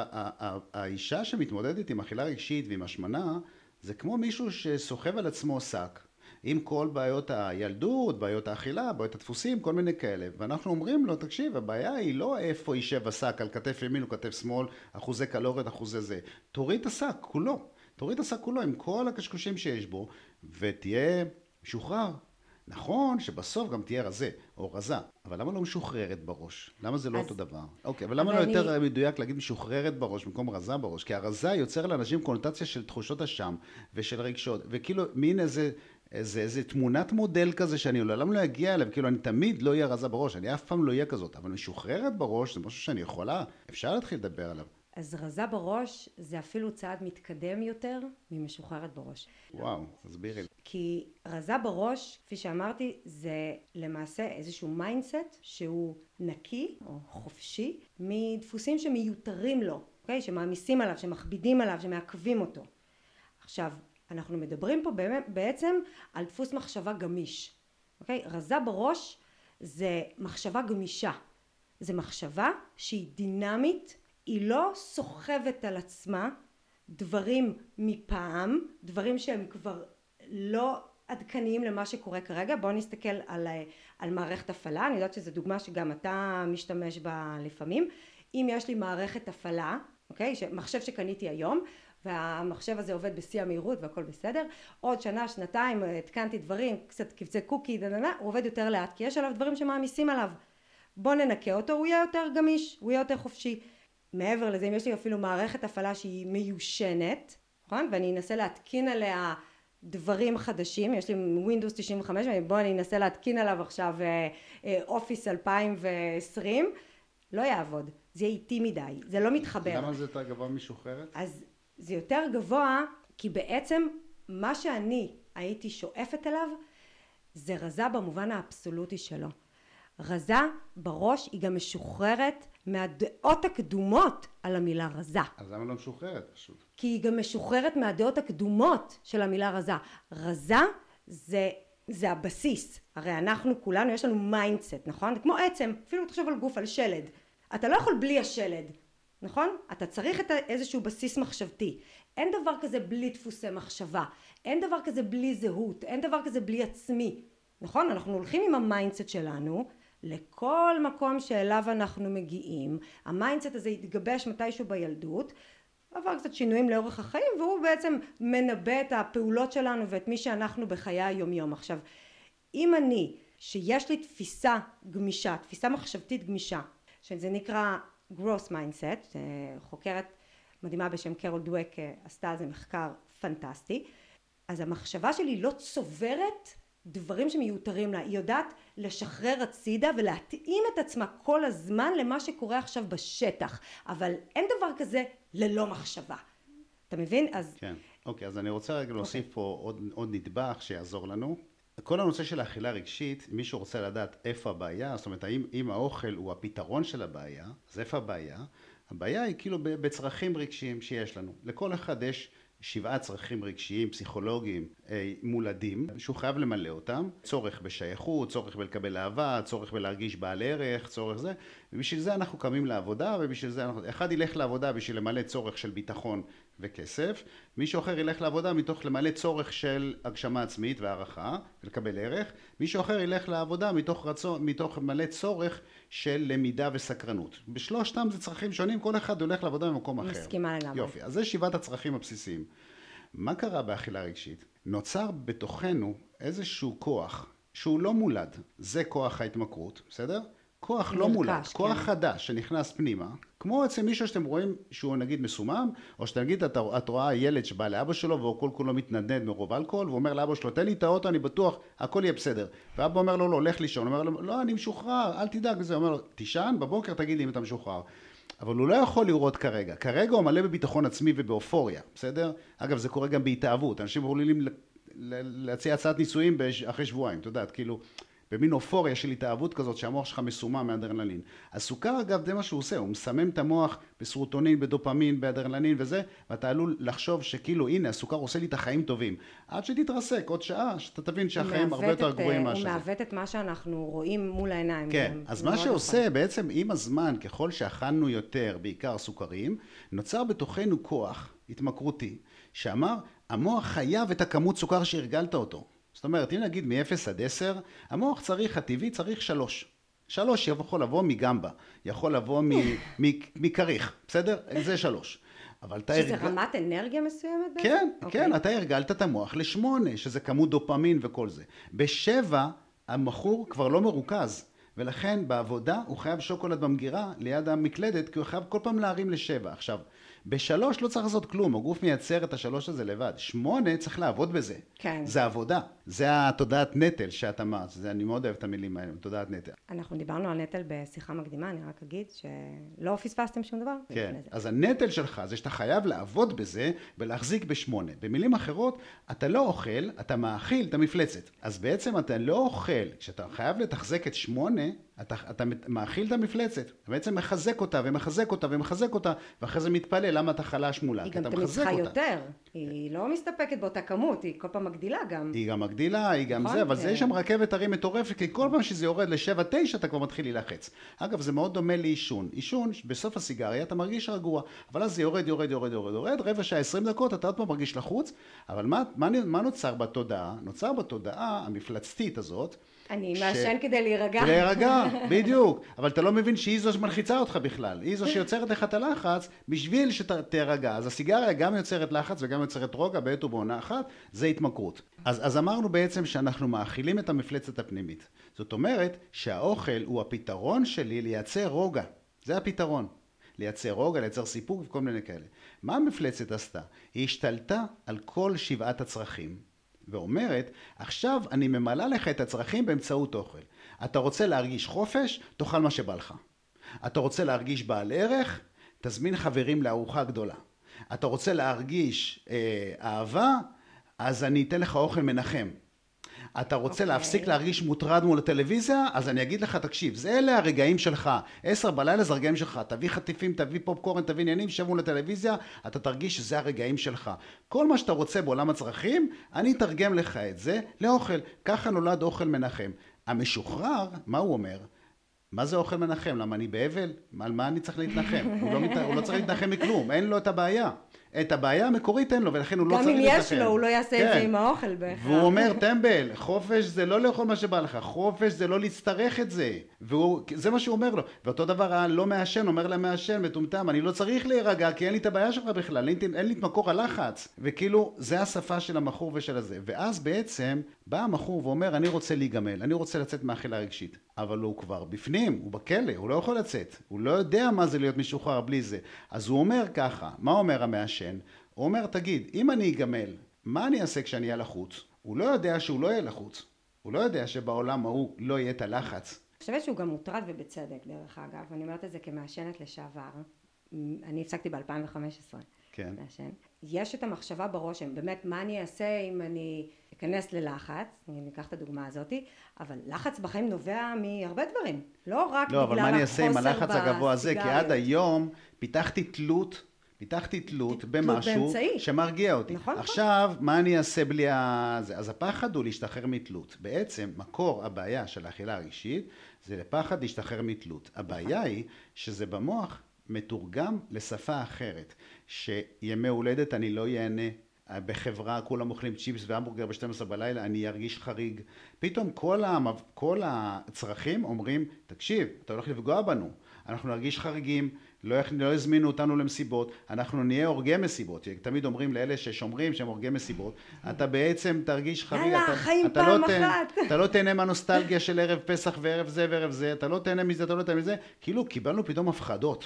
האישה שמתמודדת עם אכילה רגשית ועם השמנה, זה כמו מישהו שסוחב על עצמו שק. עם כל בעיות הילדות, בעיות האכילה, בעיות הדפוסים, כל מיני כאלה. ואנחנו אומרים לו, תקשיב, הבעיה היא לא איפה יישב השק, על כתף ימין או כתף שמאל, אחוזי קלוריות, אחוזי זה. תוריד את השק כולו. תוריד את השק כולו עם כל הקשקושים שיש בו, ותהיה משוחרר. נכון שבסוף גם תהיה רזה או רזה, אבל למה לא משוחררת בראש? למה זה לא אותו דבר? אוקיי, אבל למה לא יותר מדויק להגיד משוחררת בראש במקום רזה בראש? כי הרזה יוצר לאנשים קונוטציה של תחושות אשם ושל רגשות, וכאילו מין איזה תמונת מודל כזה שאני לעולם לא אגיע אליו, כאילו אני תמיד לא אהיה רזה בראש, אני אף פעם לא אהיה כזאת, אבל משוחררת בראש זה משהו שאני יכולה, אפשר להתחיל לדבר עליו. אז רזה בראש זה אפילו צעד מתקדם יותר ממשוחררת בראש. וואו, תסבירי לי. כי רזה בראש, כפי שאמרתי, זה למעשה איזשהו מיינדסט שהוא נקי או חופשי מדפוסים שמיותרים לו, אוקיי? שמעמיסים עליו, שמכבידים עליו, שמעכבים אותו. עכשיו, אנחנו מדברים פה בעצם על דפוס מחשבה גמיש, אוקיי? רזה בראש זה מחשבה גמישה. זה מחשבה שהיא דינמית, היא לא סוחבת על עצמה דברים מפעם, דברים שהם כבר לא עדכניים למה שקורה כרגע. בואו נסתכל על מערכת הפעלה, אני יודעת שזו דוגמה שגם אתה משתמש בה לפעמים. אם יש לי מערכת הפעלה, אוקיי? מחשב שקניתי היום, והמחשב הזה עובד בשיא המהירות והכל בסדר, עוד שנה, שנתיים, התקנתי דברים, קצת קבצי קוקי, הוא עובד יותר לאט, כי יש עליו דברים שמעמיסים עליו. בוא ננקה אותו, הוא יהיה יותר גמיש, הוא יהיה יותר חופשי. מעבר לזה, אם יש לי אפילו מערכת הפעלה שהיא מיושנת, נכון? ואני אנסה להתקין עליה דברים חדשים, יש לי Windows 95, בוא אני אנסה להתקין עליו עכשיו Office 2020, לא יעבוד, זה יהיה איטי מדי, זה לא מתחבר. למה זה יותר גבוה משוחררת? אז זה יותר גבוה, כי בעצם מה שאני הייתי שואפת אליו, זה רזה במובן האבסולוטי שלו. רזה בראש היא גם משוחררת מהדעות הקדומות על המילה רזה. אז למה לא משוחררת פשוט? כי היא גם משוחררת מהדעות הקדומות של המילה רזה. רזה זה זה הבסיס. הרי אנחנו כולנו, יש לנו מיינדסט, נכון? כמו עצם, אפילו תחשוב על גוף, על שלד. אתה לא יכול בלי השלד, נכון? אתה צריך איזשהו בסיס מחשבתי. אין דבר כזה בלי דפוסי מחשבה. אין דבר כזה בלי זהות. אין דבר כזה בלי עצמי. נכון? אנחנו הולכים עם המיינדסט שלנו לכל מקום שאליו אנחנו מגיעים. המיינדסט הזה יתגבש מתישהו בילדות, עבר קצת שינויים לאורך החיים, והוא בעצם מנבא את הפעולות שלנו ואת מי שאנחנו בחיי היום-יום. עכשיו, אם אני, שיש לי תפיסה גמישה, תפיסה מחשבתית גמישה, שזה נקרא growth mindset, חוקרת מדהימה בשם קרול דווק עשתה על זה מחקר פנטסטי, אז המחשבה שלי לא צוברת דברים שמיותרים לה, היא יודעת לשחרר הצידה ולהתאים את עצמה כל הזמן למה שקורה עכשיו בשטח, אבל אין דבר כזה ללא מחשבה. אתה מבין? אז... כן, אוקיי, אז אני רוצה רגע להוסיף פה עוד נדבך שיעזור לנו. כל הנושא של האכילה רגשית, מישהו רוצה לדעת איפה הבעיה, זאת אומרת, אם האוכל הוא הפתרון של הבעיה, אז איפה הבעיה? הבעיה היא כאילו בצרכים רגשיים שיש לנו. לכל אחד יש 7 צרכים רגשיים, פסיכולוגיים, מולדים, שהוא חייב למלא אותם. צורך בשייכות, צורך בלקבל אהבה, צורך בלהרגיש בעל ערך, צורך זה. ובשביל זה אנחנו קמים לעבודה, ובשביל זה אחד ילך לעבודה בשביל למלא צורך של ביטחון וכסף, מישהו אחר ילך לעבודה מתוך למלא צורך של הגשמה עצמית והערכה ולקבל ערך, מישהו אחר ילך לעבודה מתוך מלא צורך של למידה וסקרנות. בשלושתם זה צרכים שונים, כל אחד הולך לעבודה במקום אחר. מסכימה לגמרי. יופי, אז זה 7 הצרכים הבסיסיים. מה קרה באכילה רגשית? נוצר בתוכנו איזשהו כוח שהוא לא מולד, זה כוח ההתמכרות, בסדר? כוח לא מולד, כוח חדש שנכנס פנימה, כמו אצל מישהו שאתם רואים שהוא נגיד מסומם, או שאתה נגיד את רואה ילד שבא לאבא שלו והוא כל כולו מתנדנד מרוב אלכוהול, והוא אומר לאבא שלו, תן לי את האוטו, אני בטוח, הכל יהיה בסדר. ואבא אומר לו, לא, לך לישון, הוא אומר לו, לא, אני משוחרר, אל תדאג לזה, הוא אומר לו, תישן, בבוקר תגיד לי אם אתה משוחרר. אבל הוא לא יכול לראות כרגע, כרגע הוא מלא בביטחון עצמי ובאופוריה, בסדר? אגב, זה קורה גם בהתאהבות, אנשים יכולים להציע הצעת נישואים אחרי שבועיים, אתה יודעת, כאילו, במין אופוריה של התאהבות כזאת שהמוח שלך מסומם מאדרנלין. הסוכר אגב זה מה שהוא עושה, הוא מסמם את המוח בסרוטונין, בדופמין, באדרנלין וזה, ואתה עלול לחשוב שכאילו הנה הסוכר עושה לי את החיים טובים. עד שתתרסק עוד שעה, שאתה תבין שהחיים הרבה יותר גרועים מה שזה. הוא מעוות את מה שאנחנו רואים מול העיניים. כן, אז מה שעושה בעצם עם הזמן, ככל שאכלנו יותר, בעיקר סוכרים, נוצר בתוכנו כוח התמכרותי, שאמר המוח חייב את הכמות סוכר שהרגלת אותו. זאת אומרת, אם נגיד מ-0 עד 10, המוח צריך, הטבעי צריך 3. 3 יכול לבוא מגמבה, יכול לבוא מקריך, בסדר? זה 3. אבל אתה שזה רמת אנרגיה מסוימת? כן, כן, אתה הרגלת את המוח ל8, שזה כמות דופמין וכל זה. ב7, המחור כבר לא מרוכז, ולכן בעבודה הוא חייב שוקולד במגירה ליד המקלדת, כי הוא חייב כל פעם להרים ל7. עכשיו, ב3 לא צריך לעשות כלום, הגוף מייצר את ה3 הזה לבד. 8 צריך לעבוד בזה. כן. זה עבודה. זה התודעת נטל שאת אמרת. אני מאוד אוהב את המילים האלה, תודעת נטל. אנחנו דיברנו על נטל בשיחה מקדימה, אני רק אגיד שלא פספסתם שום דבר. כן, אז הנטל שלך זה שאתה חייב לעבוד בזה ולהחזיק ב8. במילים אחרות, אתה לא אוכל, אתה מאכיל את המפלצת. אז בעצם אתה לא אוכל, כשאתה חייב לתחזק את 8, אתה מאכיל את המפלצת, אתה בעצם מחזק אותה ומחזק אותה ומחזק אותה, ואחרי זה מתפלא למה אתה חלש מולה, היא גם תמיד צריכה יותר, היא לא מסתפקת באותה כמות, היא כל פעם מגדילה גם. היא גם מגדילה, היא גם זה, אבל זה יש שם רכבת הרים מטורפת, כי כל פעם שזה יורד ל7-9 אתה כבר מתחיל להילחץ. אגב, זה מאוד דומה לעישון. עישון, בסוף הסיגריה אתה מרגיש רגוע, אבל אז זה יורד, רבע שעה, 20 דקות, אתה עוד פעם מרגיש לחוץ, אבל מה נוצר בתודעה? נוצר בתודעה המפלצתית הזאת, אני מעשן כדי להירגע. להירגע, בדיוק. אבל אתה לא מבין שהיא זו שמלחיצה אותך בכלל. היא זו שיוצרת לך את הלחץ בשביל שתירגע. אז הסיגריה גם יוצרת לחץ וגם יוצרת רוגע בעת ובעונה אחת, זה התמכרות. אז אמרנו בעצם שאנחנו מאכילים את המפלצת הפנימית. זאת אומרת שהאוכל הוא הפתרון שלי לייצר רוגע. זה הפתרון. לייצר רוגע, לייצר סיפוק וכל מיני כאלה. מה המפלצת עשתה? היא השתלטה על כל 7 הצרכים. ואומרת, עכשיו אני ממלא לך את הצרכים באמצעות אוכל. אתה רוצה להרגיש חופש, תאכל מה שבא לך. אתה רוצה להרגיש בעל ערך, תזמין חברים לארוחה גדולה. אתה רוצה להרגיש אהבה, אז אני אתן לך אוכל מנחם. אתה רוצה להפסיק להרגיש מוטרד מול הטלוויזיה? אז אני אגיד לך, תקשיב, זה אלה הרגעים שלך. 10 בלילה זה הרגעים שלך. תביא חטיפים, תביא פופקורן, תביא עניינים, שב מול הטלוויזיה, אתה תרגיש שזה הרגעים שלך. כל מה שאתה רוצה בעולם הצרכים, אני אתרגם לך את זה לאוכל. ככה נולד אוכל מנחם. המשוחרר, מה הוא אומר? מה זה אוכל מנחם? למה אני באבל? על מה אני צריך להתנחם? הוא לא צריך להתנחם מכלום, אין לו את הבעיה. את הבעיה המקורית אין לו, ולכן הוא לא צריך להתנחם. גם אם יש לו, הוא לא יעשה את זה עם האוכל בהכרח. והוא אומר, טמבל, חופש זה לא לאכול מה שבא לך, חופש זה לא להצטרך את זה. וזה מה שהוא אומר לו. ואותו דבר הלא מעשן, אומר לה מעשן, מטומטם, אני לא צריך להירגע, כי אין לי את הבעיה שלך בכלל, אין לי את מקור הלחץ. וכאילו, זה השפה של המחור ושל הזה. ואז בעצם בא המחור ואומר, אני רוצה להיגמל, אני רוצה לצאת מאכילה רגשית. אבל הוא כבר בפנים, הוא בכלא, הוא לא יכול לצאת. הוא לא יודע מה זה להיות משוחרר בלי זה. אז הוא אומר ככה, מה אומר המעשן? הוא אומר, תגיד, אם אני אגמל, מה אני אעשה כשאני אהיה לחוץ? הוא לא יודע שהוא לא יהיה לחוץ. הוא לא יודע שבעולם ההוא לא יהיה את הלחץ. אני חושבת שהוא גם מוטרד ובצדק, דרך אגב. אני אומרת את זה כמעשנת לשעבר. אני הפסקתי ב-2015. כן. מעשן. יש את המחשבה בראש, באמת, מה אני אעשה אם אני אכנס ללחץ, אני אקח את הדוגמה הזאת, אבל לחץ בחיים נובע מהרבה דברים. לא רק בגלל אבל מה אני אעשה עם הלחץ הגבוה הזה? כי עד בסיגריות. היום פיתחתי תלות במשהו שמרגיע אותי. נכון. עכשיו, מה אני אעשה בלי זה? אז הפחד הוא להשתחרר מתלות. בעצם, מקור הבעיה של האכילה הרגשית, זה לפחד להשתחרר מתלות. הבעיה היא שזה במוח מתורגם לשפה אחרת. שימי הולדת אני לא ייהנה, בחברה כולם אוכלים צ'יפס והמבורגר ב-12 בלילה, אני ארגיש חריג. פתאום כל הצרכים אומרים, תקשיב, אתה הולך לפגוע בנו. אנחנו נרגיש חריגים, לא הזמינו אותנו למסיבות, אנחנו נהיה הורגי מסיבות. תמיד אומרים לאלה ששומרים שהם הורגי מסיבות, אתה בעצם תרגיש חריג. יאללה, חיים פעם אחת. אתה לא תהנה מהנוסטלגיה של ערב פסח וערב זה וערב זה, אתה לא תהנה מזה, אתה לא תהנה מזה. כאילו קיבלנו פתאום הפחדות.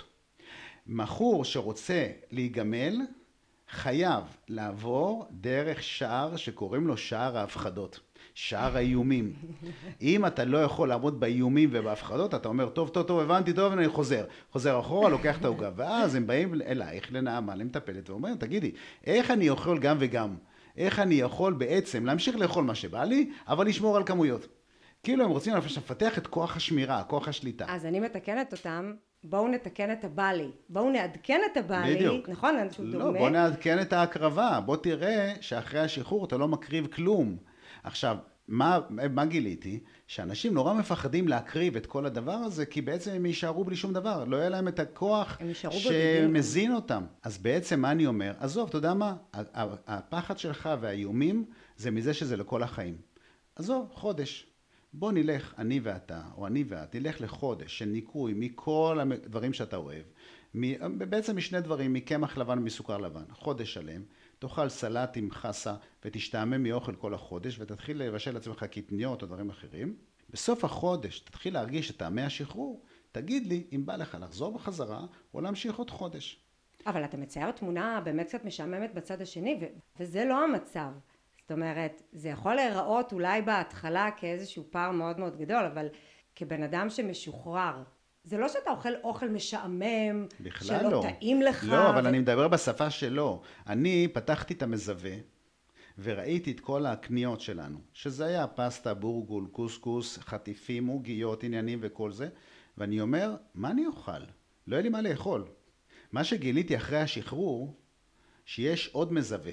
מחור שרוצה להיגמל, חייב לעבור דרך שער שקוראים לו שער ההפחדות, שער האיומים. אם אתה לא יכול לעמוד באיומים ובהפחדות, אתה אומר, טוב, הבנתי, טוב, אני חוזר אחורה, לוקח את העוגה, ואז הם באים אלייך, לנעמה, למטפלת, ואומרים, תגידי, איך אני אוכל גם וגם? איך אני יכול בעצם להמשיך לאכול מה שבא לי, אבל לשמור על כמויות? כאילו הם רוצים לפתח את כוח השמירה, כוח השליטה. אז אני מתקנת אותם, בואו נתקן את הבעלי, בואו נעדכן את הבעלי, בדיוק. נכון? שהוא דומה. לא, בואו נעדכן את ההקרבה, בוא תראה שאחרי השחרור אתה לא מקריב כלום. עכשיו, מה גיליתי? שאנשים נורא מפחדים להקריב את כל הדבר הזה, כי בעצם הם יישארו בלי שום דבר, לא יהיה להם את הכוח שמזין אותם. אז בעצם מה אני אומר? עזוב, אתה יודע מה? הפחד שלך והאיומים זה מזה שזה לכל החיים. עזוב, חודש. בוא נלך, אני ואתה, או אני ואת, נלך לחודש של ניקוי מכל הדברים שאתה אוהב, בעצם משני דברים, מקמח לבן ומסוכר לבן, חודש שלם, תאכל סלט עם חסה ותשתעמם מאוכל כל החודש, ותתחיל לבשל לעצמך קטניות או דברים אחרים. בסוף החודש תתחיל להרגיש את טעמי השחרור, תגיד לי אם בא לך לחזור בחזרה או להמשיך עוד חודש. אבל אתה מצייר תמונה באמת קצת משעממת בצד השני, וזה לא המצב. זאת אומרת, זה יכול להיראות אולי בהתחלה כאיזשהו פער מאוד מאוד גדול, אבל כבן אדם שמשוחרר, זה לא שאתה אוכל משעמם, שלא לא. טעים לך. לא, אבל אני מדבר בשפה שלו. אני פתחתי את המזווה, וראיתי את כל הקניות שלנו, שזה היה פסטה, בורגול, קוסקוס, חטיפים, עוגיות, עניינים וכל זה, ואני אומר, מה אני אוכל? לא יהיה לי מה לאכול. מה שגיליתי אחרי השחרור, שיש עוד מזווה.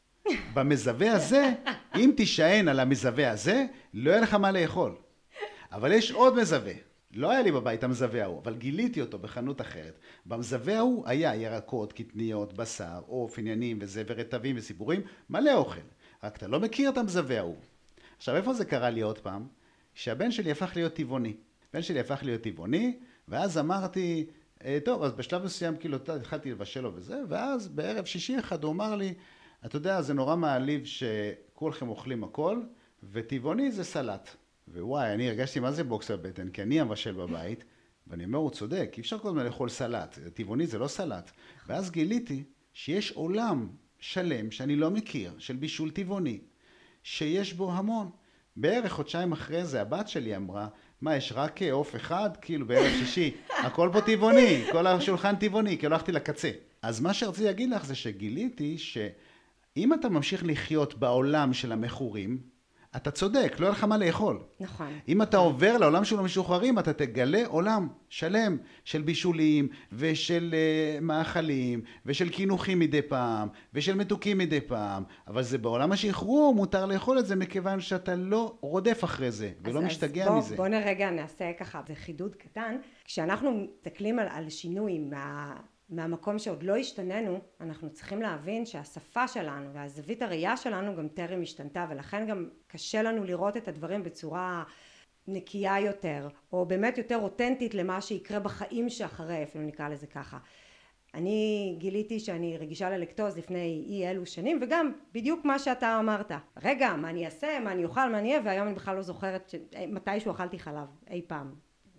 במזווה הזה, אם תישען על המזווה הזה, לא יהיה לך מה לאכול. אבל יש עוד מזווה. לא היה לי בבית המזווה ההוא, אבל גיליתי אותו בחנות אחרת. במזווה ההוא היה ירקות, קטניות, בשר, עוף, עניינים וזה, ורטבים וסיפורים, מלא אוכל. רק אתה לא מכיר את המזווה ההוא. עכשיו, איפה זה קרה לי עוד פעם? שהבן שלי הפך להיות טבעוני. הבן שלי הפך להיות טבעוני, ואז אמרתי, טוב, אז בשלב מסוים כאילו התחלתי לבשל לו וזה, ואז בערב שישי אחד הוא אמר לי, אתה יודע, זה נורא מעליב שכולכם אוכלים הכל, וטבעוני זה סלט. ווואי, אני הרגשתי מה זה בוקס בבטן, כי אני מבשל בבית, ואני אומר, הוא צודק, אי אפשר כל הזמן לאכול סלט, טבעוני זה לא סלט. ואז גיליתי שיש עולם שלם שאני לא מכיר, של בישול טבעוני, שיש בו המון. בערך חודשיים אחרי זה, הבת שלי אמרה, מה, יש רק עוף אחד? כאילו בערב שישי, הכל פה טבעוני, כל השולחן טבעוני, כי הלכתי לקצה. אז מה שרציתי להגיד לך זה שגיליתי שאם אתה ממשיך לחיות בעולם של המכורים, אתה צודק, לא היה לך מה לאכול. נכון. אם אתה עובר לעולם של המשוחררים, אתה תגלה עולם שלם של בישולים, ושל מאכלים, ושל קינוחים מדי פעם, ושל מתוקים מדי פעם. אבל זה בעולם השחרור, מותר לאכול את זה, מכיוון שאתה לא רודף אחרי זה, ולא משתגע מזה. בוא נרגע נעשה ככה, זה חידוד קטן. כשאנחנו מסתכלים על שינוי מהמקום שעוד לא השתננו, אנחנו צריכים להבין שהשפה שלנו והזווית הראייה שלנו גם טרם השתנתה, ולכן גם קשה לנו לראות את הדברים בצורה נקייה יותר, או באמת יותר אותנטית למה שיקרה בחיים שאחרי, אפילו נקרא לזה ככה. אני גיליתי שאני רגישה ללקטוז לפני אי אלו שנים, וגם בדיוק מה שאתה אמרת. רגע, מה אני אעשה, מה אני אוכל, מה אני אהיה, והיום אני בכלל לא זוכרת מתישהו אכלתי חלב, אי פעם.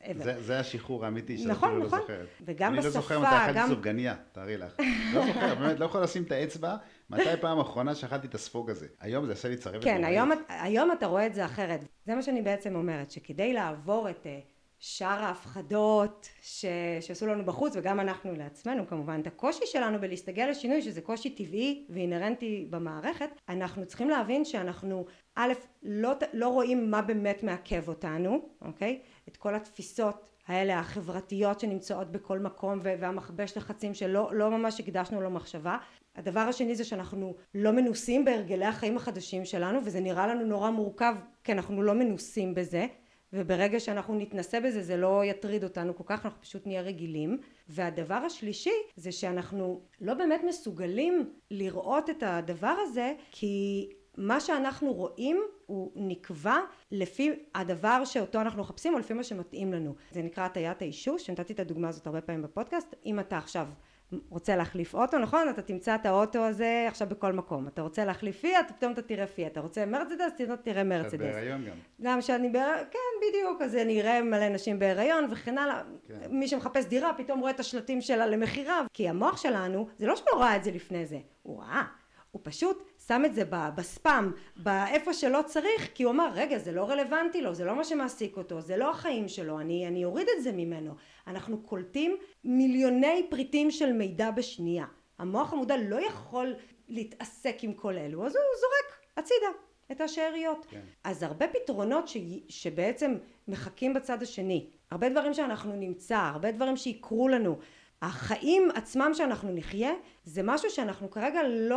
זה השחרור האמיתי שאני נכון, אפילו נכון. לא זוכרת. וגם אני בשפה, לא זוכר מתי אכלתי סופגניה, תארי לך. לא זוכר, באמת לא יכול לשים את האצבע, מתי פעם האחרונה שאכלתי את הספוג הזה. היום זה עשה לי צרבת. כן, היום אתה רואה את זה אחרת. זה מה שאני בעצם אומרת, שכדי לעבור את שאר ההפחדות שעשו לנו בחוץ, וגם אנחנו לעצמנו כמובן, את הקושי שלנו בלהסתגל לשינוי, שזה קושי טבעי ואינרנטי במערכת, אנחנו צריכים להבין שאנחנו, א', לא רואים מה באמת מעכב אותנו, אוקיי? את כל התפיסות האלה החברתיות שנמצאות בכל מקום, והמכבש לחצים שלא ממש הקדשנו לו מחשבה. הדבר השני זה שאנחנו לא מנוסים בהרגלי החיים החדשים שלנו, וזה נראה לנו נורא מורכב, כי אנחנו לא מנוסים בזה. וברגע שאנחנו נתנסה בזה, זה לא יטריד אותנו כל כך, אנחנו פשוט נהיה רגילים. והדבר השלישי זה שאנחנו לא באמת מסוגלים לראות את הדבר הזה, כי מה שאנחנו רואים הוא נקבע לפי הדבר שאותו אנחנו מחפשים, או לפי מה שמתאים לנו. זה נקרא הטיית האישוש, שנתתי את הדוגמה הזאת הרבה פעמים בפודקאסט. אם אתה עכשיו רוצה להחליף אוטו, נכון? אתה תמצא את האוטו הזה עכשיו בכל מקום. אתה רוצה להחליף פיאט, פתאום אתה תראה פיאט. אתה רוצה מרצדס, תראה מרצדס. את בהיריון גם. גם שאני בהיריון, כן, בדיוק. אז אני אראה מלא נשים בהיריון וכן הלאה. כן. מי שמחפש דירה, פתאום רואה את השלטים שלה למחירה. כי המוח שלנו, זה לא שהוא ראה את זה לפני זה. הוא ראה. הוא פשוט שם את זה בספאם, באיפה שלא צריך, כי הוא אמר, רגע, זה לא רלוונטי לו, זה לא מה שמעסיק אותו, זה לא החיים שלו, אני אוריד את זה ממנו. אנחנו קולטים מיליוני פריטים של מידע בשנייה. המוח המודע לא יכול להתעסק עם כל אלו, אז הוא זורק הצידה את השאריות. כן. אז הרבה פתרונות שבעצם מחכים בצד השני, הרבה דברים שאנחנו נמצא, הרבה דברים שיקרו לנו, החיים עצמם שאנחנו נחיה, זה משהו שאנחנו כרגע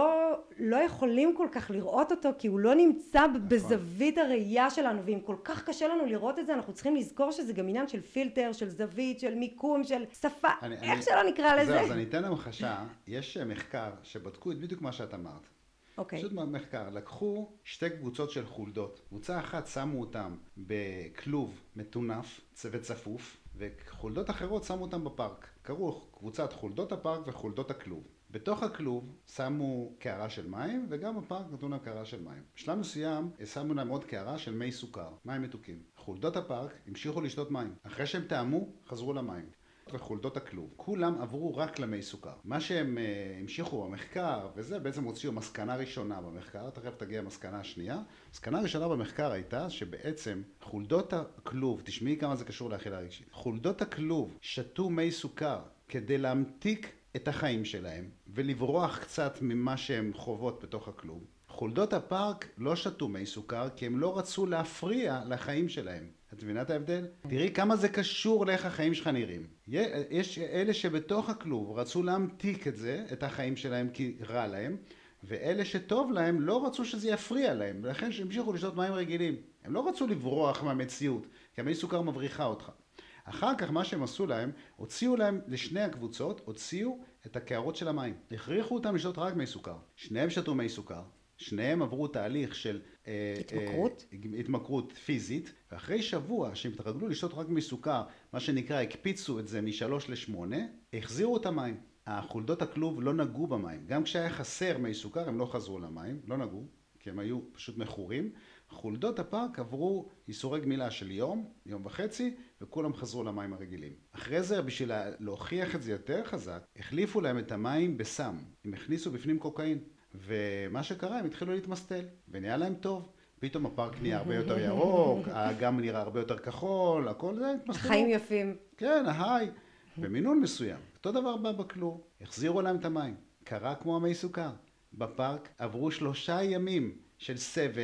לא יכולים כל כך לראות אותו, כי הוא לא נמצא בזווית הראייה שלנו, ואם כל כך קשה לנו לראות את זה, אנחנו צריכים לזכור שזה גם עניין של פילטר, של זווית, של מיקום, של שפה, איך שלא נקרא לזה. אז אני אתן למחשה, יש מחקר שבדקו את בדיוק מה שאת אמרת. אוקיי. פשוט מחקר, לקחו שתי קבוצות של חולדות. קבוצה אחת שמו אותם בכלוב מטונף וצפוף, וחולדות אחרות שמו אותם בפארק. קראו קבוצת חולדות הפארק וחולדות הכלוב. בתוך הכלוב שמו קערה של מים, וגם בפארק נתנו להם קערה של מים. בשלב מסוים שמו להם עוד קערה של מי סוכר, מים מתוקים. חולדות הפארק המשיכו לשתות מים. אחרי שהם טעמו, חזרו למים. וחולדות הכלוב. כולם עברו רק למי סוכר. מה שהם המשיכו במחקר, וזה בעצם הוציאו מסקנה ראשונה במחקר, תכף תגיע המסקנה השנייה. מסקנה ראשונה במחקר הייתה שבעצם חולדות הכלוב, תשמעי כמה זה קשור לאכילה רגשית, חולדות הכלוב שתו מי סוכר כדי להמתיק את החיים שלהם ולברוח קצת ממה שהם חוות בתוך הכלוב. חולדות הפארק לא שתו מי סוכר כי הם לא רצו להפריע לחיים שלהם. את מבינה את ההבדל? תראי כמה זה קשור לאיך החיים שלך נראים. יש אלה שבתוך הכלוב רצו להמתיק את זה, את החיים שלהם כי רע להם, ואלה שטוב להם לא רצו שזה יפריע להם, ולכן שהמשיכו לשתות מים רגילים. הם לא רצו לברוח מהמציאות, כי המי סוכר מבריחה אותך. אחר כך מה שהם עשו להם, הוציאו להם לשני הקבוצות, הוציאו את הקערות של המים. הכריחו אותם לשתות רק מי סוכר. שניהם שתו מי סוכר. שניהם עברו תהליך של התמכרות פיזית, ואחרי שבוע שהם התרגלו לשתות רק מסוכר, מה שנקרא הקפיצו את זה מ3 ל8, החזירו את המים. החולדות הכלוב לא נגעו במים. גם כשהיה חסר מי סוכר הם לא חזרו למים, לא נגעו, כי הם היו פשוט מכורים. חולדות הפארק עברו איסורי גמילה של יום וחצי, וכולם חזרו למים הרגילים. אחרי זה, בשביל להוכיח את זה יותר חזק, החליפו להם את המים בסם. הם הכניסו בפנים קוקאין. ומה שקרה, הם התחילו להתמסטל, ונהיה להם טוב. פתאום הפארק נהיה הרבה יותר ירוק, האגם נראה הרבה יותר כחול, הכל זה התמסטלו. חיים יפים. כן, ההיי. במינון מסוים. אותו דבר בכלוב. החזירו להם את המים. קרה כמו המי סוכר. בפארק עברו 3 ימים של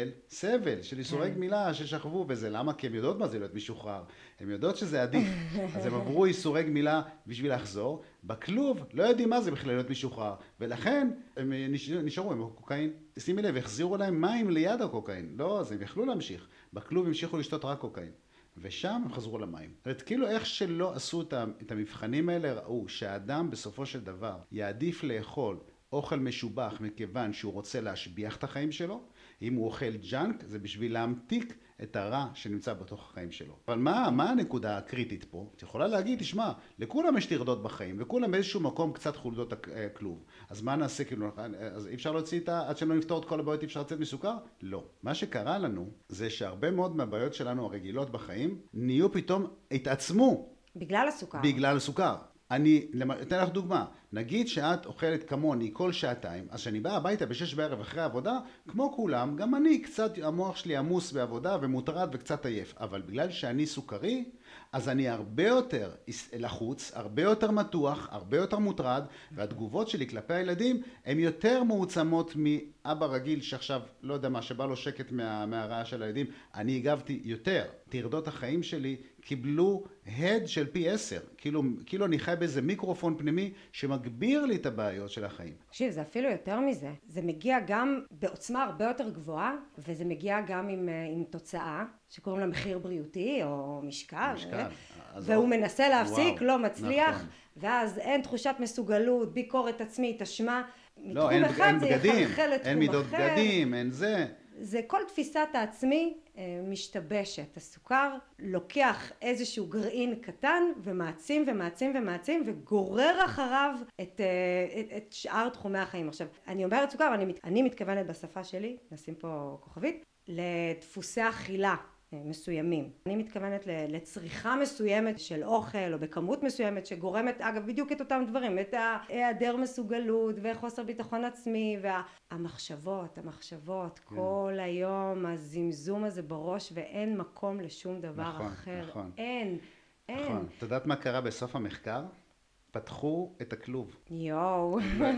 סבל, של איסורי גמילה ששכבו בזה. למה? כי הן יודעות מה זה להיות משוחרר. הן יודעות שזה עדיף. אז הם עברו איסורי גמילה בשביל לחזור. בכלוב לא יודעים מה זה בכלל להיות משוחרר. ולכן הם נשארו עם הקוקאין. שימי לב, החזירו להם מים ליד הקוקאין. לא, אז הם יכלו להמשיך. בכלוב המשיכו לשתות רק קוקאין. ושם הם חזרו למים. זאת אומרת, כאילו איך שלא עשו את המבחנים האלה, ראו שהאדם בסופו של דבר יעדיף לאכול אוכל משובח מכיוון שהוא רוצה להשביח את החיים שלו. אם הוא אוכל ג'אנק, זה בשביל להמתיק את הרע שנמצא בתוך החיים שלו. אבל מה הנקודה הקריטית פה? את יכולה להגיד, תשמע, לכולם יש טרדות בחיים, וכולם באיזשהו מקום קצת חולדות כלוב. אז מה נעשה? כאילו, אז אי אפשר להוציא עד שלא נפתור את כל הבעיות, אי אפשר לצאת מסוכר? לא. מה שקרה לנו, זה שהרבה מאוד מהבעיות שלנו הרגילות בחיים, נהיו פתאום, התעצמו. בגלל הסוכר. בגלל הסוכר. אני אתן לך דוגמה, נגיד שאת אוכלת כמוני כל שעתיים, אז שאני בא הביתה ב6 בערב אחרי העבודה, כמו כולם, גם אני קצת, המוח שלי עמוס בעבודה ומוטרד וקצת עייף, אבל בגלל שאני סוכרי, אז אני הרבה יותר לחוץ, הרבה יותר מתוח, הרבה יותר מוטרד, והתגובות שלי כלפי הילדים הן יותר מעוצמות מאבא רגיל שעכשיו, לא יודע מה, שבא לו שקט מהרעה של הילדים, אני הגבתי יותר. טרדות החיים שלי קיבלו הד של פי 10, כאילו אני חי באיזה מיקרופון פנימי שמגביר לי את הבעיות של החיים. תקשיב, זה אפילו יותר מזה. זה מגיע גם בעוצמה הרבה יותר גבוהה, וזה מגיע גם עם תוצאה, שקוראים לה מחיר בריאותי או משקל. והוא מנסה להפסיק, לא מצליח, ואז אין תחושת מסוגלות, ביקורת עצמית, אשמה. לא, אין בגדים, אין מידות בגדים, אין זה. זה כל תפיסת העצמי משתבשת. הסוכר לוקח איזשהו גרעין קטן ומעצים ומעצים ומעצים וגורר אחריו את שאר תחומי החיים. עכשיו, אני אומרת סוכר, אני מתכוונת בשפה שלי, נשים פה כוכבית, לדפוסי אכילה מסוימים. אני מתכוונת לצריכה מסוימת של אוכל או בכמות מסוימת שגורמת, אגב, בדיוק את אותם דברים, את היעדר מסוגלות וחוסר ביטחון עצמי והמחשבות, כל היום הזמזום הזה בראש ואין מקום לשום דבר אחר. אין. את יודעת מה קרה בסוף המחקר? פתחו את הכלוב. יואו.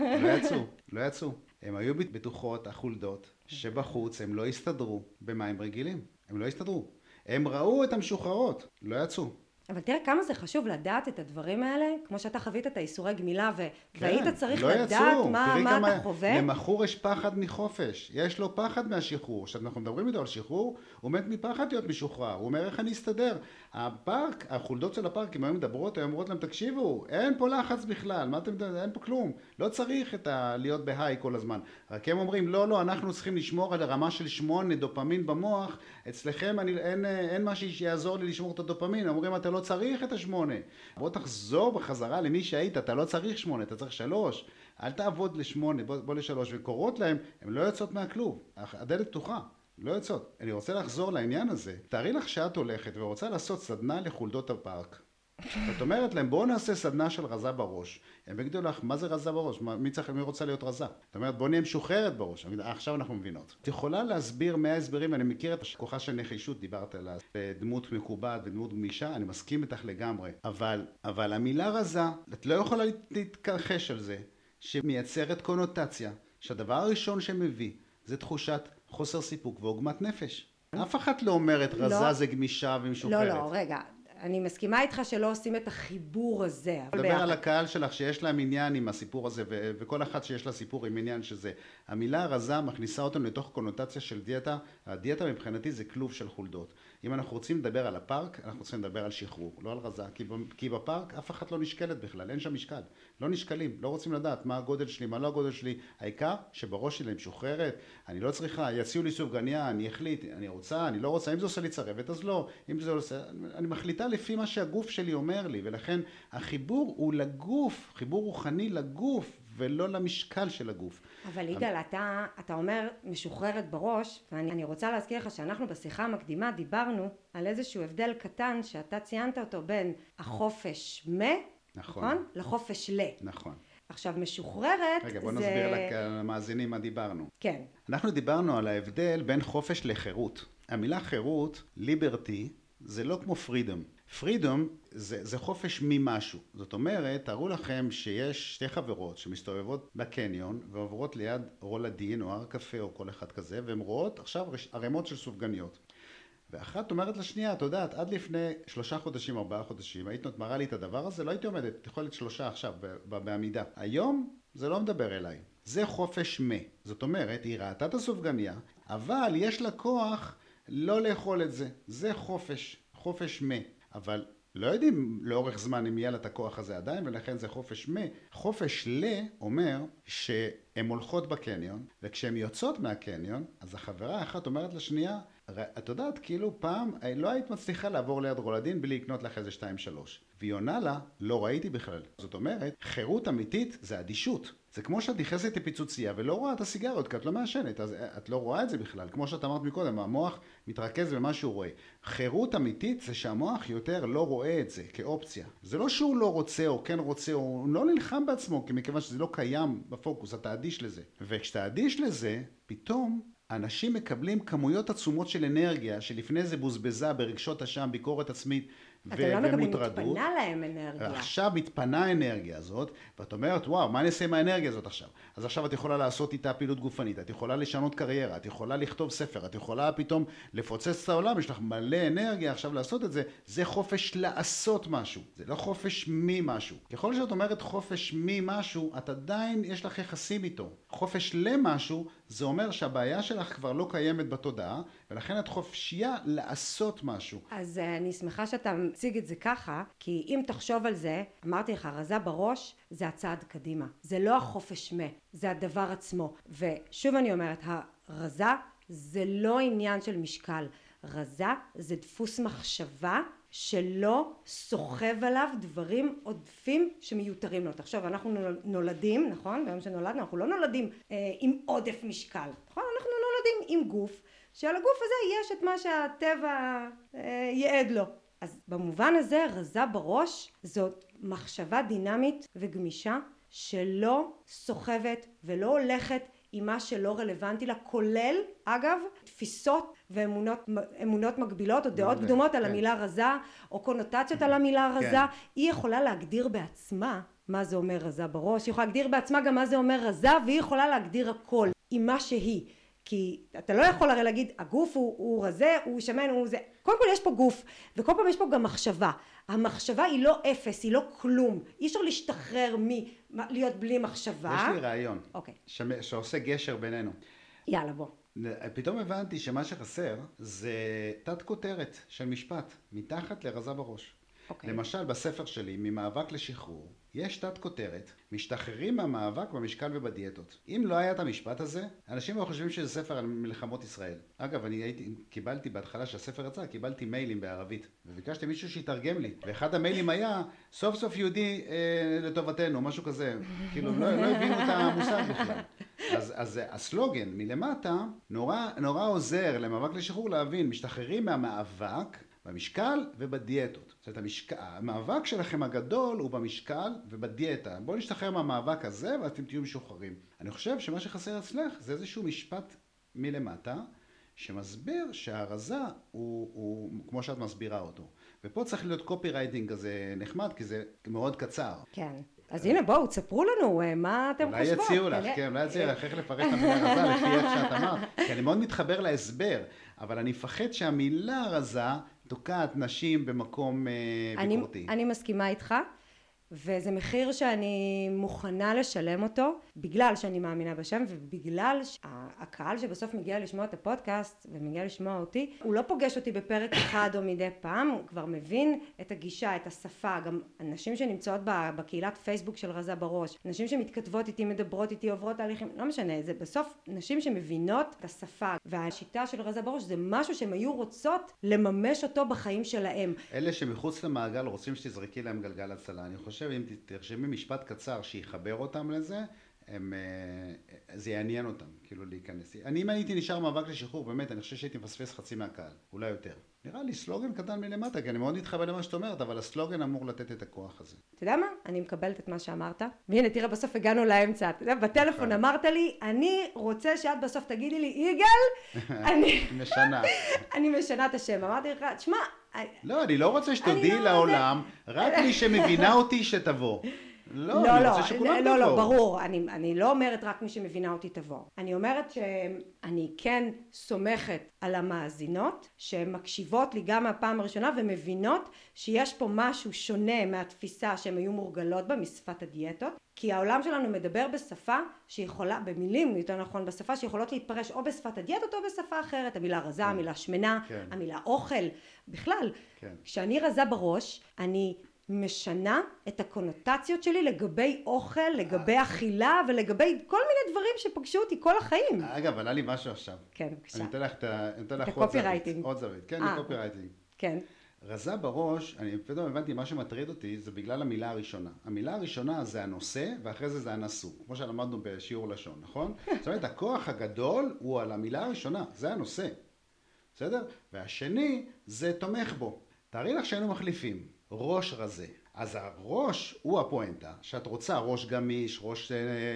לא יצאו. הם היו בטוחות, החולדות, שבחוץ הם לא הסתדרו במים רגילים. הם לא הסתדרו. הם ראו את המשוחררות, לא יצאו. אבל תראה כמה זה חשוב לדעת את הדברים האלה, כמו שאתה חווית את האיסורי גמילה, והיית צריך לדעת מה אתה חווה. למחור יש פחד מחופש, יש לו פחד מהשחרור. כשאנחנו מדברים איתו על שחרור, הוא מת מפחד להיות משוחרר, הוא אומר איך אני אסתדר. הפארק, החולדות של הפארק, אם היו מדברות, היו אומרות להם, תקשיבו, אין פה לחץ בכלל, מה אתם מדברים? אין פה כלום. לא צריך להיות בהיי כל הזמן. רק הם אומרים, לא, אנחנו צריכים לשמור על הרמה של 8 דופמין במוח, אצלכם אין מה שיעזור לי לשמור את הדופמין. אומרים, אתה לא צריך את 8. בוא תחזור בחזרה למי שהיית, אתה לא צריך 8, אתה צריך 3. אל תעבוד ל8, בוא ל3. וקורות להם, הם לא יוצאות מהכלוב. הדלת פתוחה, לא יוצאות. אני רוצה לחזור לעניין הזה. תארי לך שאת הולכת ורוצה לעשות סדנה לחולדות הפארק. את אומרת להם, בואו נעשה סדנה של רזה בראש. הם יגידו לך, מה זה רזה בראש? מי רוצה להיות רזה? את אומרת, בואו נהיה משוחררת בראש. עכשיו אנחנו מבינות. את יכולה להסביר 100 הסברים, אני מכיר את הכוחה של נחישות, דיברת עליה, דמות מקובעת ודמות גמישה, אני מסכים איתך לגמרי. אבל המילה רזה, את לא יכולה להתכחש על זה, שמייצרת קונוטציה, שהדבר הראשון שמביא, זה תחושת חוסר סיפוק ועוגמת נפש. אף אחד לא אומרת רזה זה גמישה ומשוחררת. לא, רגע. אני מסכימה איתך שלא עושים את החיבור הזה. דבר על הקהל שלך שיש להם עניין עם הסיפור הזה, וכל אחת שיש לה סיפור עם עניין שזה. המילה רזה מכניסה אותנו לתוך קונוטציה של דיאטה. הדיאטה מבחינתי זה כלוב של חולדות. אם אנחנו רוצים לדבר על הפארק, אנחנו רוצים לדבר על שחרור, לא על רזה. כי בפארק אף אחת לא נשקלת בכלל, אין שם משקל. לא נשקלים, לא רוצים לדעת מה הגודל שלי, מה לא הגודל שלי. העיקר שבראש שלי משוחררת, אני לא צריכה, יציעו לי סופגניה, אני אחליט, אני רוצה, אני לא רוצה. אם זה עושה לי צרבת, אז לא. אם זה עושה, אני מחליטה לפי מה שהגוף שלי אומר לי, ולכן החיבור הוא לגוף, חיבור רוחני לגוף, ולא למשקל של הגוף. אבל יגאל, אתה אומר משוחררת בראש, ואני רוצה להזכיר לך שאנחנו בשיחה המקדימה דיברנו על איזשהו הבדל קטן שאתה ציינת אותו בין החופש נכון? לחופש נכון. עכשיו משוחררת רגע, בוא נסביר למאזינים מה דיברנו. כן. אנחנו דיברנו על ההבדל בין חופש לחירות. המילה חירות, ליברטי, זה לא כמו פרידום. פרידום זה חופש ממשהו. זאת אומרת, תארו לכם שיש שתי חברות שמסתובבות בקניון ועוברות ליד רולדין או הר קפה או כל אחד כזה, והן רואות עכשיו ערימות של סופגניות. ואחת אומרת לשנייה, את יודעת, עד לפני 3 חודשים, 4 חודשים, היית מראה לי את הדבר הזה, לא הייתי עומדת, את יכולת 3 עכשיו בעמידה. היום זה לא מדבר אליי. זה חופש זאת אומרת, היא ראתה את הסופגניה, אבל יש לה כוח לא לאכול את זה. זה חופש אבל לא יודעים לאורך זמן אם יהיה לה את הכוח הזה עדיין, ולכן זה חופש חופש אומר שהן הולכות בקניון, וכשהן יוצאות מהקניון, אז החברה אחת אומרת לשנייה, את יודעת, כאילו פעם לא היית מצליחה לעבור ליד רולדין בלי לקנות לך איזה 2-3. והיא עונה לה, לא ראיתי בכלל. זאת אומרת, חירות אמיתית זה אדישות. זה כמו שאת נכנסת לפיצוצייה ולא רואה את הסיגריות, כי את לא מעשנת, אז את לא רואה את זה בכלל. כמו שאת אמרת מקודם, המוח מתרכז במה שהוא רואה. חירות אמיתית זה שהמוח יותר לא רואה את זה כאופציה. זה לא שהוא לא רוצה או כן רוצה, הוא לא נלחם בעצמו, מכיוון שזה לא קיים בפוקוס, אתה אדיש לזה. וכשאתה אדיש לזה, פתאום אנשים מקבלים כמויות עצומות של אנרגיה, שלפני זה בוזבזה ברגשות אשם, ביקורת עצמית ומוטרדות. מתפנה להם אנרגיה. עכשיו מתפנה האנרגיה הזאת, ואת אומרת, וואו, מה אני אעשה עם האנרגיה הזאת עכשיו? אז עכשיו את יכולה לעשות איתה פעילות גופנית, את יכולה לשנות קריירה, את יכולה לכתוב ספר, את יכולה פתאום לפוצץ את העולם, יש לך מלא אנרגיה עכשיו לעשות את זה, זה חופש לעשות משהו, זה לא חופש ממשהו. ככל שאת אומרת חופש ממשהו, את עדיין יש לך יחסים איתו. חופש למשהו, זה אומר שהבעיה שלך כבר לא קיימת בתודעה, ולכן את חופשייה לעשות משהו. אז אני שמחה שאתה מציג את זה ככה, כי אם תחשוב על זה, אמרתי לך, רזה בראש זה הצעד קדימה. זה לא החופש זה הדבר עצמו. ושוב אני אומרת, הרזה זה לא עניין של משקל. רזה זה דפוס מחשבה שלא סוחב עליו דברים עודפים שמיותרים לו. תחשוב, אנחנו נולדים, נכון? ביום שנולדנו, אנחנו לא נולדים עם עודף משקל. נכון? אנחנו נולדים עם גוף, שעל הגוף הזה יש את מה שהטבע ייעד לו. אז במובן הזה, רזה בראש זאת מחשבה דינמית וגמישה שלא סוחבת ולא הולכת עם מה שלא רלוונטי לה, כולל, אגב, תפיסות ואמונות מגבילות או דעות קדומות על המילה רזה, או קונוטציות על המילה רזה. היא יכולה להגדיר בעצמה מה זה אומר רזה בראש, היא יכולה להגדיר בעצמה גם מה זה אומר רזה, והיא יכולה להגדיר הכל עם מה שהיא. כי אתה לא יכול הרי להגיד, הגוף הוא רזה, הוא שמן, הוא זה. קודם כל יש פה גוף, וכל פעם יש פה גם מחשבה. המחשבה היא לא אפס, היא לא כלום. אי אפשר להשתחרר להיות בלי מחשבה. יש לי רעיון, שעושה גשר בינינו. יאללה, בוא. פתאום הבנתי שמה שחסר זה תת כותרת של משפט, מתחת לרזה בראש. למשל, בספר שלי, ממאבק לשחרור, יש תת כותרת, משתחררים מהמאבק במשקל ובדיאטות. אם לא היה את המשפט הזה, אנשים היו חושבים שזה ספר על מלחמות ישראל. אגב, קיבלתי בהתחלה שהספר יצא, קיבלתי מיילים בערבית, וביקשתי מישהו שיתרגם לי. ואחד המיילים היה, סוף סוף יהודי לטובתנו, משהו כזה. כאילו, לא הבינו את המושג בכלל. אז הסלוגן מלמטה נורא עוזר למאבק לשחרור להבין, משתחררים מהמאבק במשקל ובדיאטות. זאת אומרת, המאבק שלכם הגדול הוא במשקל ובדיאטה. בואו נשתחרר מהמאבק הזה ואתם תהיו משוחררים. אני חושב שמה שחסר אצלך זה איזשהו משפט מלמטה שמסביר שהרזה הוא כמו שאת מסבירה אותו. ופה צריך להיות קופי רייטינג כזה נחמד, כי זה מאוד קצר. כן. אז הנה בואו, תספרו לנו מה אתם חושבות. אולי יציעו לך, כן, אולי יציעו לך איך לפרש את המילה רזה לפי איך שאת אמרת. כי אני מאוד מתחבר להסבר, אבל אני מפחד שהמילה רזה תוקעת נשים במקום ביקורתי. אני מסכימה איתך, וזה מחיר שאני מוכנה לשלם אותו, בגלל שאני מאמינה בשם, ובגלל שהקהל שבסוף מגיע לשמוע את הפודקאסט, ומגיע לשמוע אותי, הוא לא פוגש אותי בפרק אחד או מדי פעם, הוא כבר מבין את הגישה, את השפה, גם אנשים שנמצאות בקהילת פייסבוק של רזה בראש, נשים שמתכתבות איתי, מדברות איתי, עוברות תהליכים, לא משנה, זה בסוף נשים שמבינות את השפה, והשיטה של רזה בראש זה משהו שהן היו רוצות לממש אותו בחיים שלהם. אלה שמחוץ למעגל רוצים שתזרקי להם גלגל הצלה, אני חושב אם תרשמי משפט קצר שיחבר אותם לזה, זה יעניין אותם, כאילו להיכנס. אם הייתי נשאר מאבק לשחרור, באמת, אני חושב שהייתי מפספס חצי מהקהל, אולי יותר. נראה לי סלוגן קטן מלמטה, כי אני מאוד מתחבר למה שאת אומרת, אבל הסלוגן אמור לתת את הכוח הזה. אתה יודע מה? אני מקבלת את מה שאמרת. והנה, תראה, בסוף הגענו לאמצע. אתה יודע, בטלפון אמרת לי, אני רוצה שאת בסוף תגידי לי, יגאל, אני משנה את השם. אמרתי לך, תשמע... לא, אני לא רוצה שתודיעי לעולם, רק מי שמבינה אותי שתבוא. לא, אני רוצה שכולם תבואו. לא, ברור. אני לא אומרת רק מי שמבינה אותי תבוא. אני אומרת שאני כן סומכת על המאזינות, שהן מקשיבות לי גם מהפעם הראשונה, ומבינות שיש פה משהו שונה מהתפיסה שהן היו מורגלות בה, משפת הדיאטות. כי העולם שלנו מדבר בשפה שיכולה, במילים יותר נכון, בשפה שיכולות להתפרש או בשפת הדיאטות או בשפה אחרת. המילה רזה, המילה שמנה, המילה אוכל. בכלל, כשאני רזה בראש, אני... משנה את הקונוטציות שלי לגבי אוכל, לגבי אכילה ולגבי כל מיני דברים שפגשו אותי כל החיים. אגב, עלה לי משהו עכשיו. כן, בבקשה. אני אתן לך עוד זווית. כן, קופי רייטינג. כן. רזה בראש, אני פתאום הבנתי, מה שמטריד אותי זה בגלל המילה הראשונה. המילה הראשונה זה הנושא, ואחרי זה הנשוא, כמו שלמדנו בשיעור לשון, נכון? זאת אומרת, הכוח הגדול הוא על המילה הראשונה, זה הנושא. בסדר? והשני זה תומך בו. תארי לך שהיינו מחליפים. ראש רזה. אז הראש הוא הפואנטה, שאת רוצה ראש גמיש, ראש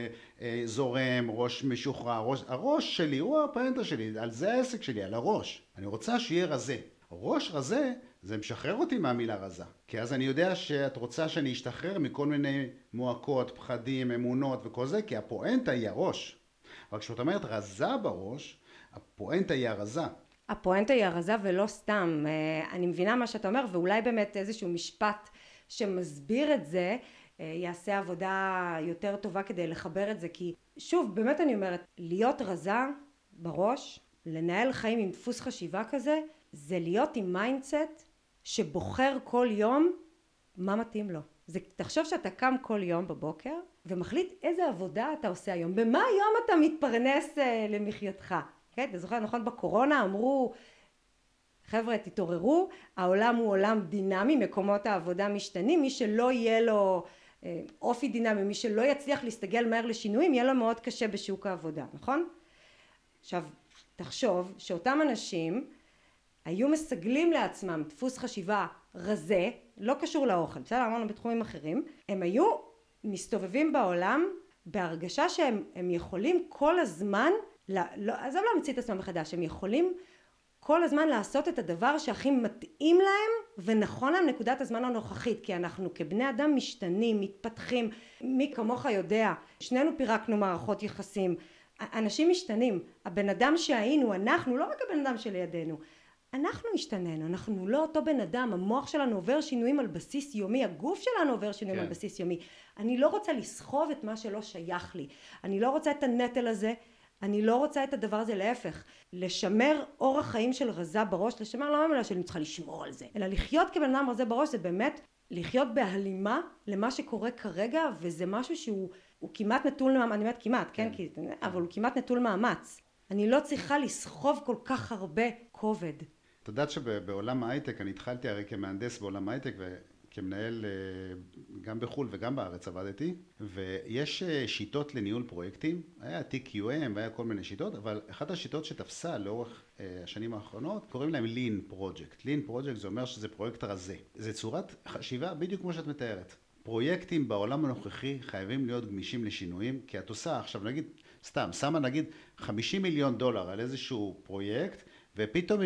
זורם, ראש משוחרר, הראש שלי הוא הפואנטה שלי, על זה העסק שלי, על הראש. אני רוצה שיהיה רזה. ראש רזה זה משחרר אותי מהמילה רזה, כי אז אני יודע שאת רוצה שאני אשתחרר מכל מיני מועקות, פחדים, אמונות וכל זה, כי הפואנטה היא הראש. אבל כשאת אומרת רזה בראש, הפואנטה היא הרזה. הפואנטה היא הרזה ולא סתם. אני מבינה מה שאתה אומר, ואולי באמת איזשהו משפט שמסביר את זה, יעשה עבודה יותר טובה כדי לחבר את זה, כי שוב, באמת אני אומרת, להיות רזה בראש, לנהל חיים עם דפוס חשיבה כזה, זה להיות עם מיינדסט שבוחר כל יום מה מתאים לו. זה, תחשוב שאתה קם כל יום בבוקר ומחליט איזה עבודה אתה עושה היום, במה היום אתה מתפרנס למחייתך. כן, אתה זוכר, נכון, בקורונה אמרו, חבר'ה, תתעוררו, העולם הוא עולם דינמי, מקומות העבודה משתנים, מי שלא יהיה לו אופי דינמי, מי שלא יצליח להסתגל מהר לשינויים, יהיה לו מאוד קשה בשוק העבודה, נכון? עכשיו, תחשוב שאותם אנשים היו מסגלים לעצמם דפוס חשיבה רזה, לא קשור לאוכל, בסדר, אמרנו בתחומים אחרים, הם היו מסתובבים בעולם בהרגשה שהם יכולים כל הזמן, אז הם לא המציא את עצמם מחדש, הם יכולים כל הזמן לעשות את הדבר שהכי מתאים להם ונכון להם נקודת הזמן הנוכחית, כי אנחנו כבני אדם משתנים, מתפתחים, מי כמוך יודע, שנינו פירקנו מערכות יחסים, אנשים משתנים, הבן אדם שהיינו, אנחנו, לא רק הבן אדם שלידינו, אנחנו השתננו, אנחנו לא אותו בן אדם, המוח שלנו עובר שינויים על בסיס יומי, הגוף שלנו עובר שינויים על בסיס יומי, אני לא רוצה לסחוב את מה שלא שייך לי, אני לא רוצה את הנטל הזה, אני לא רוצה את הדבר הזה, להפך, לשמר אורח חיים של רזה בראש, לשמר לא מהמילה שאני צריכה לשמור על זה, אלא לחיות כבן אדם רזה בראש זה באמת לחיות בהלימה למה שקורה כרגע, וזה משהו שהוא כמעט נטול, אני אומרת כמעט, כן? אבל הוא כמעט נטול מאמץ. אני לא צריכה לסחוב כל כך הרבה כובד. את יודעת שבעולם ההייטק, אני התחלתי הרי כמהנדס בעולם ההייטק וכמנהל גם בחול וגם בארץ עבדתי, ויש שיטות לניהול פרויקטים, היה TQM והיה כל מיני שיטות, אבל אחת השיטות שתפסה לאורך השנים האחרונות, קוראים להם Lean Project. Lean Project זה אומר שזה פרויקט רזה. זה צורת חשיבה בדיוק כמו שאת מתארת. פרויקטים בעולם הנוכחי חייבים להיות גמישים לשינויים, כי את עושה עכשיו נגיד, סתם, שמה נגיד $50 מיליון על איזשהו פרויקט, ופתאום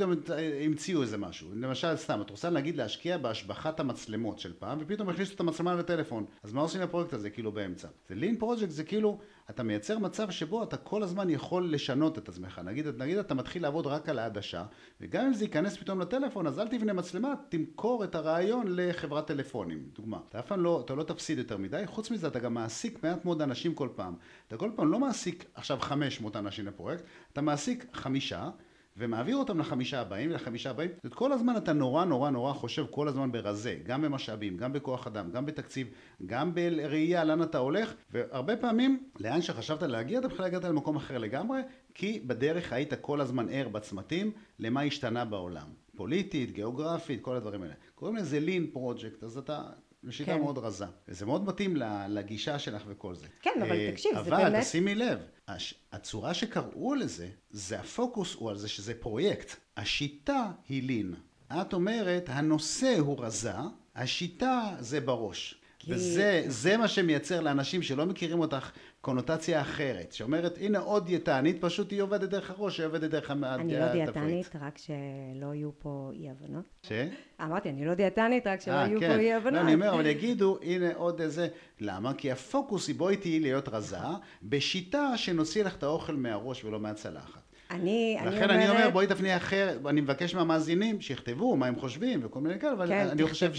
המציאו איזה משהו. למשל, סתם, את רוצה להגיד להשקיע בהשבחת המצלמות של פעם, ופתאום הכניסו את המצלמה לטלפון. אז מה עושים לפרויקט הזה? כאילו באמצע. זה Lean Project, זה כאילו, אתה מייצר מצב שבו אתה כל הזמן יכול לשנות את עצמך. נגיד אתה מתחיל לעבוד רק על העדשה, וגם אם זה ייכנס פתאום לטלפון, אז אל תבנה מצלמה, תמכור את הרעיון לחברת טלפונים. דוגמה. אתה לא תפסיד יותר מדי, חוץ מזה אתה גם מעסיק מעט מאוד אנשים כל פעם. אתה כל פעם לא מעסיק עכשיו 500 אנשים לפרויקט, אתה מעסיק 5, ומעביר אותם ל5 הבאים ול5 הבאים. זאת כל הזמן אתה נורא חושב כל הזמן ברזה, גם במשאבים, גם בכוח אדם, גם בתקציב, גם בראייה לאן אתה הולך, והרבה פעמים לאן שחשבת להגיע, אתה בכלל הגעת למקום אחר לגמרי, כי בדרך היית כל הזמן ער בצמתים למה השתנה בעולם. פוליטית, גיאוגרפית, כל הדברים האלה. קוראים לזה Lean Project, אז אתה בשיטה מאוד רזה. וזה מאוד מתאים לגישה שלך וכל זה. כן, אבל תקשיב, זה באמת... אבל תשימי לב, הצורה שקראו לזה, זה הפוקוס הוא על זה שזה פרויקט. השיטה היא לין. את אומרת, הנושא הוא רזה, השיטה זה בראש. וזה מה שמייצר לאנשים שלא מכירים אותך קונוטציה אחרת, שאומרת, הנה עוד דיאטנית, פשוט היא עובדת דרך הראש, היא עובדת דרך התפריט. אני לא דיאטנית, רק שלא יהיו פה אי-הבנות. ש? אמרתי, אני לא דיאטנית, רק שלא יהיו פה אי-הבנות. לא, אני אומר, אבל יגידו, הנה עוד איזה... למה? כי הפוקוס היא בואי תהיי להיות רזה, בשיטה שנוציא לך את האוכל מהראש ולא מהצלחת. לכן אני אומר, בואי תפני אחר, אני מבקש מהמאזינים שיכתבו מה הם חושבים וכל מיני כאלה, אבל אני חושב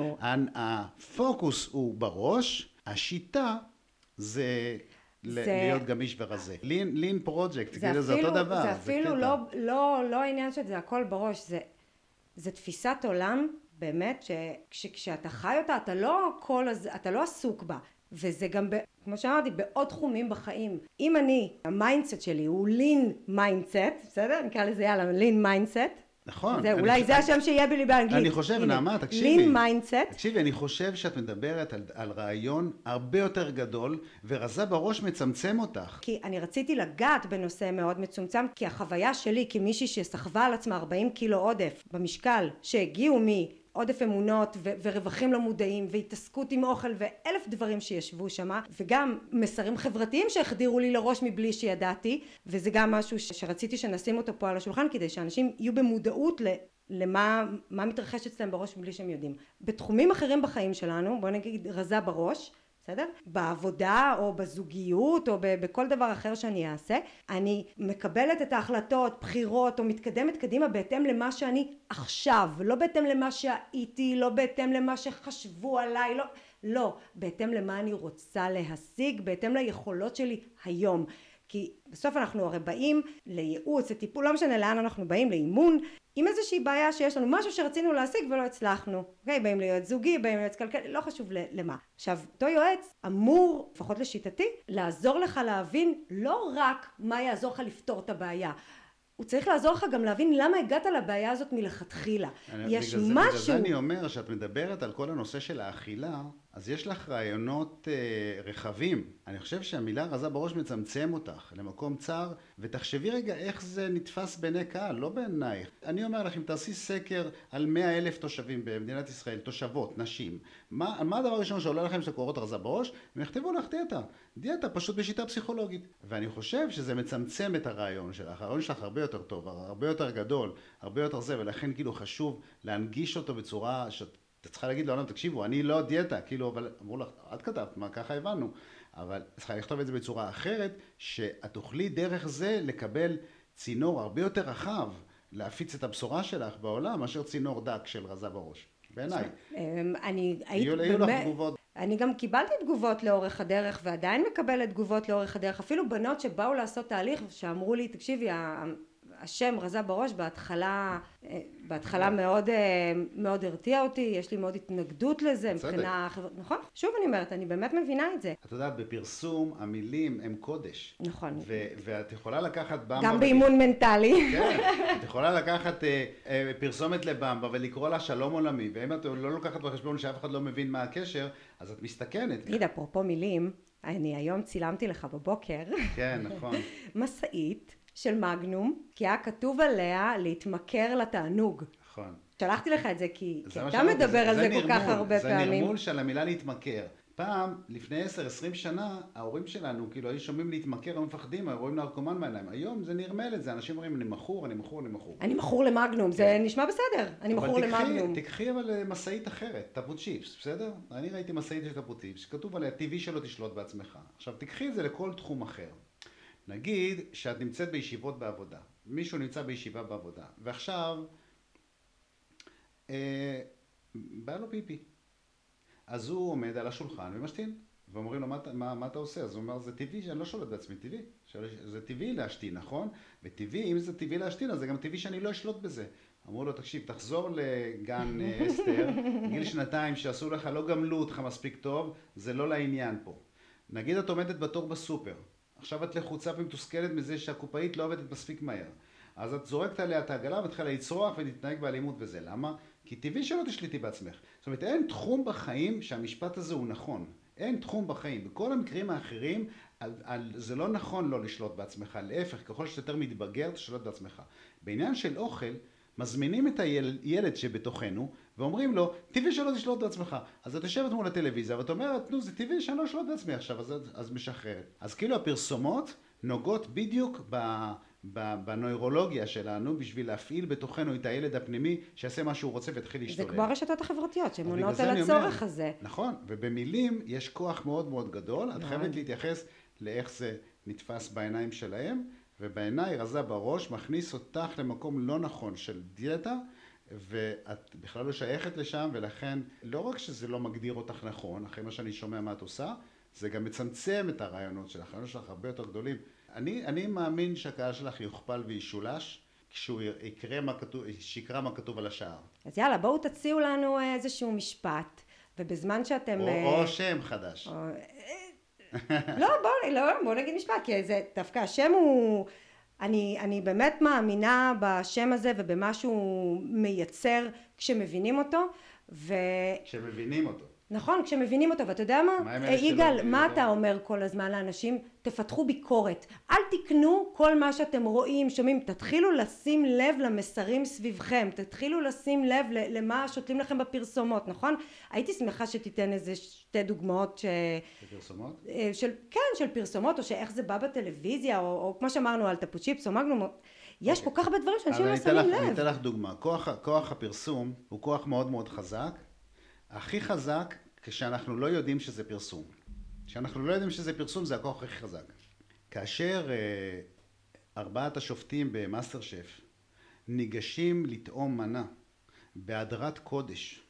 שהפוקוס הוא בראש, השיטה זה להיות גמיש ורזה. לין פרוג'קט, זה אותו דבר. זה אפילו לא העניין שזה הכל בראש, זה תפיסת עולם באמת, שכשאתה חי אותה, אתה לא עסוק בה. וזה גם, כמו שאמרתי, בעוד תחומים בחיים. אם המיינדסט שלי הוא לין מיינדסט, בסדר? נקרא לזה יאללה, לין מיינדסט. נכון. אולי זה השם שיהיה לי באנגלית. אני חושב, נעמה, תקשיבי. לין מיינדסט. תקשיבי, אני חושב שאת מדברת על רעיון הרבה יותר גדול, ורזה בראש מצמצם אותך. כי אני רציתי לגעת בנושא מאוד מצומצם, כי החוויה שלי כמישהי שסחבה על עצמה 40 קילו עודף במשקל, שהגיעו עודף אמונות ורווחים לא מודעים והתעסקות עם אוכל ואלף דברים שישבו שמה, וגם מסרים חברתיים שהחדירו לי לראש מבלי שידעתי, וזה גם משהו שרציתי שנשים אותו פה על השולחן, כדי שאנשים יהיו במודעות למה מתרחש אצלם בראש מבלי שהם יודעים. בתחומים אחרים בחיים שלנו, בוא נגיד רזה בראש, בסדר? בעבודה או בזוגיות או בכל דבר אחר שאני אעשה, אני מקבלת את ההחלטות, בחירות או מתקדמת קדימה בהתאם למה שאני עכשיו, לא בהתאם למה שהייתי, לא בהתאם למה שחשבו עליי, לא, בהתאם למה אני רוצה להשיג, בהתאם ליכולות שלי היום. כי בסוף אנחנו הרי באים לייעוץ, לטיפול, לא משנה לאן אנחנו באים, לאימון, עם איזושהי בעיה שיש לנו משהו שרצינו להשיג ולא הצלחנו. אוקיי, באים ליועץ זוגי, באים ליועץ כלכלי, לא חשוב למה. עכשיו, אותו יועץ אמור, לפחות לשיטתי, לעזור לך להבין לא רק מה יעזור לך לפתור את הבעיה, הוא צריך לעזור לך גם להבין למה הגעת לבעיה הזאת מלכתחילה. יש משהו... בגלל זה אני אומר, שאת מדברת על כל הנושא של האכילה, אז יש לך רעיונות רחבים. אני חושב שהמילה רזה בראש מצמצם אותך למקום צר, ותחשבי רגע איך זה נתפס בעיני קהל, לא בעינייך. אני אומר לך, אם תעשי סקר על 100,000 תושבים במדינת ישראל, תושבות, נשים, מה הדבר הראשון שעולה לכם שקוראות רזה בראש? הם יכתבו לך דיאטה. דיאטה פשוט בשיטה פסיכולוגית. ואני חושב שזה מצמצם את הרעיון שלך. הרעיון שלך הרבה יותר טוב, הרבה יותר גדול, הרבה יותר זה, ולכן כאילו חשוב להנגיש אותו בצורה אתה צריכה להגיד לעולם, תקשיבו, אני לא דיאטה, כאילו, אבל אמרו לך, את כתבת, מה ככה הבנו, אבל צריכה לכתוב את זה בצורה אחרת, שאת תוכלי דרך זה לקבל צינור הרבה יותר רחב, להפיץ את הבשורה שלך בעולם, מאשר צינור דק של רזה בראש, בעיניי. יהיו לך תגובות. אני גם קיבלתי תגובות לאורך הדרך, ועדיין מקבלת תגובות לאורך הדרך, אפילו בנות שבאו לעשות תהליך, שאמרו לי, תקשיבי, השם רזה בראש בהתחלה מאוד הרתיע אותי, יש לי מאוד התנגדות לזה מבחינה חברתית, נכון? שוב אני אומרת, אני באמת מבינה את זה. את יודעת, בפרסום המילים הם קודש. נכון. ואת יכולה לקחת במבה... גם באימון מנטלי. כן, את יכולה לקחת פרסומת לבמבה ולקרוא לה שלום עולמי, ואם את לא לוקחת בחשבון שאף אחד לא מבין מה הקשר, אז את מסתכנת. תגיד, אפרופו מילים, אני היום צילמתי לך בבוקר. כן, נכון. מסעית. של מגנום, כי היה כתוב עליה להתמכר לתענוג. נכון. שלחתי לך את זה כי אתה מדבר על זה כל כך הרבה פעמים. זה נרמול של המילה להתמכר. פעם, לפני 10-20 שנה, ההורים שלנו, כאילו, היו שומעים להתמכר, הם מפחדים, היו רואים נרקומן מעיניים. היום זה נרמל את זה, אנשים אומרים, אני מכור. אני מכור למגנום, זה נשמע בסדר, אני מכור למגנום. אבל תקחי אבל מסעית אחרת, טאפו צ'יפס, בסדר? אני ראיתי מסעית של טאפו צ'יפס, שכתוב עליה, טבעי שלא תשלוט בעצמך. עכשיו, תקחי את זה לכל תחום אחר. נגיד שאת נמצאת בישיבות בעבודה, מישהו נמצא בישיבה בעבודה, ועכשיו בא לו פיפי. אז הוא עומד על השולחן ומשתין, ואומרים לו מה אתה עושה? אז הוא אומר, זה טבעי שאני לא שולט בעצמי, טבעי. זה טבעי להשתין, נכון? וטבעי, אם זה טבעי להשתין, אז זה גם טבעי שאני לא אשלוט בזה. אמרו לו, תקשיב, תחזור לגן אסתר, גיל 2 שעשו לך, לא גמלו אותך מספיק טוב, זה לא לעניין פה. נגיד את עומדת בתור בסופר, עכשיו את לחוצה ומתוסכלת מזה שהקופאית לא עובדת מספיק מהר. אז את זורקת עליה את העגלה ותתחילה לצרוח ותתנהג באלימות וזה. למה? כי טבעי שלא תשליטי בעצמך. זאת אומרת, אין תחום בחיים שהמשפט הזה הוא נכון. אין תחום בחיים. בכל המקרים האחרים, זה לא נכון לא לשלוט בעצמך. להפך, ככל שאתה יותר מתבגר, תשלוט בעצמך. בעניין של אוכל, מזמינים את הילד שבתוכנו, ואומרים לו, טבעי שלא תשלוט בעצמך. אז את יושבת מול הטלוויזיה, ואת אומרת, נו, זה טבעי שאני לא אשלוט בעצמי עכשיו, אז משחררת. אז כאילו הפרסומות נוגעות בדיוק בנוירולוגיה שלנו, בשביל להפעיל בתוכנו את הילד הפנימי, שיעשה מה שהוא רוצה ויתחיל להשתולל. זה כמו הרשתות החברתיות, שמונות על הצורך הזה. נכון, ובמילים יש כוח מאוד מאוד גדול, את חייבת להתייחס לאיך זה נתפס בעיניים שלהם, ובעיניי רזה בראש מכניס אותך למקום לא נכון של דיאטה, ואת בכלל לא שייכת לשם, ולכן לא רק שזה לא מגדיר אותך נכון, אחרי מה שאני שומע מה את עושה, זה גם מצמצם את הרעיונות שלך, הרעיונות שלך הרבה יותר גדולים. אני מאמין שהקהל שלך יוכפל וישולש, כשהוא שיקרא מה כתוב על השער. אז יאללה, בואו תציעו לנו איזשהו משפט, ובזמן שאתם... או שם חדש. בואו נגיד משפט, כי זה דווקא השם הוא... אני באמת מאמינה בשם הזה ובמה שהוא מייצר כשמבינים אותו. כשמבינים אותו. נכון, כשמבינים אותו, ואתה יודע מה? יגאל, מה אתה אומר כל הזמן לאנשים? תפתחו ביקורת. אל תקנו כל מה שאתם רואים, שומעים, תתחילו לשים לב למסרים סביבכם, תתחילו לשים לב למה שותלים לכם בפרסומות, נכון? הייתי שמחה שתיתן איזה שתי דוגמאות פרסומות? כן, של פרסומות, או שאיך זה בא בטלוויזיה, או כמו שאמרנו על טפוצ'יפס, או מגנום, יש כל כך הרבה דברים שאנשים לא שמים לב. אני אתן לך דוגמה. כוח הפרסום הוא כוח מאוד מאוד חזק, הכי חזק כשאנחנו לא יודעים שזה פרסום. כשאנחנו לא יודעים שזה פרסום זה הכוח הכי חזק. כאשר 4 השופטים במאסטר שף ניגשים לטעום מנה בהדרת קודש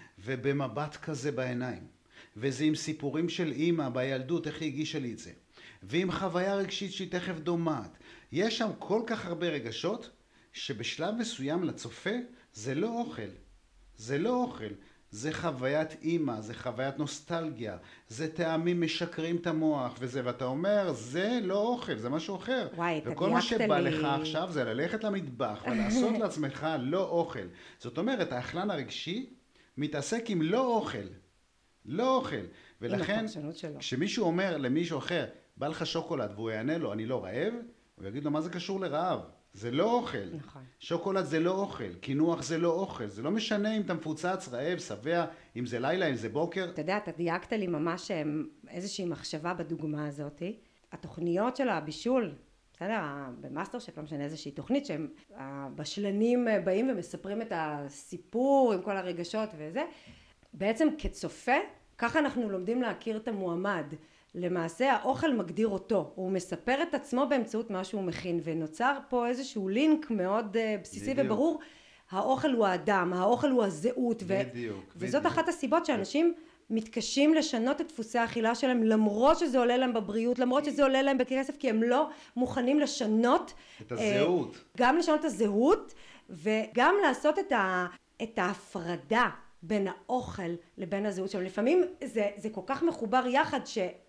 ובמבט כזה בעיניים, וזה עם סיפורים של אמא בילדות איך היא הגישה לי את זה, ועם חוויה רגשית שהיא תכף דומעת, יש שם כל כך הרבה רגשות שבשלב מסוים לצופה זה לא אוכל. זה לא אוכל. זה חוויית אימא, זה חוויית נוסטלגיה, זה טעמים משקרים את המוח וזה, ואתה אומר, זה לא אוכל, זה משהו אחר. וואי, וכל מה שבא לך עכשיו זה ללכת למטבח ולעשות לעצמך לא אוכל. זאת אומרת, האכלן הרגשי מתעסק עם לא אוכל. לא אוכל. ולכן, כשמישהו אומר למישהו אחר, בא לך שוקולד והוא יענה לו, אני לא רעב, הוא יגיד לו, מה זה קשור לרעב? זה לא אוכל. נכון. שוקולד זה לא אוכל, קינוח זה לא אוכל, זה לא משנה אם אתה מפוצץ, רעב, שבע, אם זה לילה, אם זה בוקר. אתה יודע, אתה דייקת לי ממש איזושהי מחשבה בדוגמה הזאת. התוכניות של הבישול, בסדר, במאסטר שף, לא משנה איזושהי תוכנית, שהם הבשלנים באים ומספרים את הסיפור עם כל הרגשות וזה. בעצם כצופה, ככה אנחנו לומדים להכיר את המועמד. למעשה האוכל מגדיר אותו, הוא מספר את עצמו באמצעות מה שהוא מכין, ונוצר פה איזשהו לינק מאוד בסיסי בדיוק. וברור, האוכל הוא האדם, האוכל הוא הזהות, וזאת אחת הסיבות שאנשים מתקשים לשנות את דפוסי האכילה שלהם, למרות שזה עולה להם בבריאות, למרות שזה עולה להם בכסף, כי הם לא מוכנים לשנות את הזהות. גם לשנות את הזהות, וגם לעשות את ההפרדה בין האוכל לבין הזהות שלהם. לפעמים זה כל כך מחובר יחד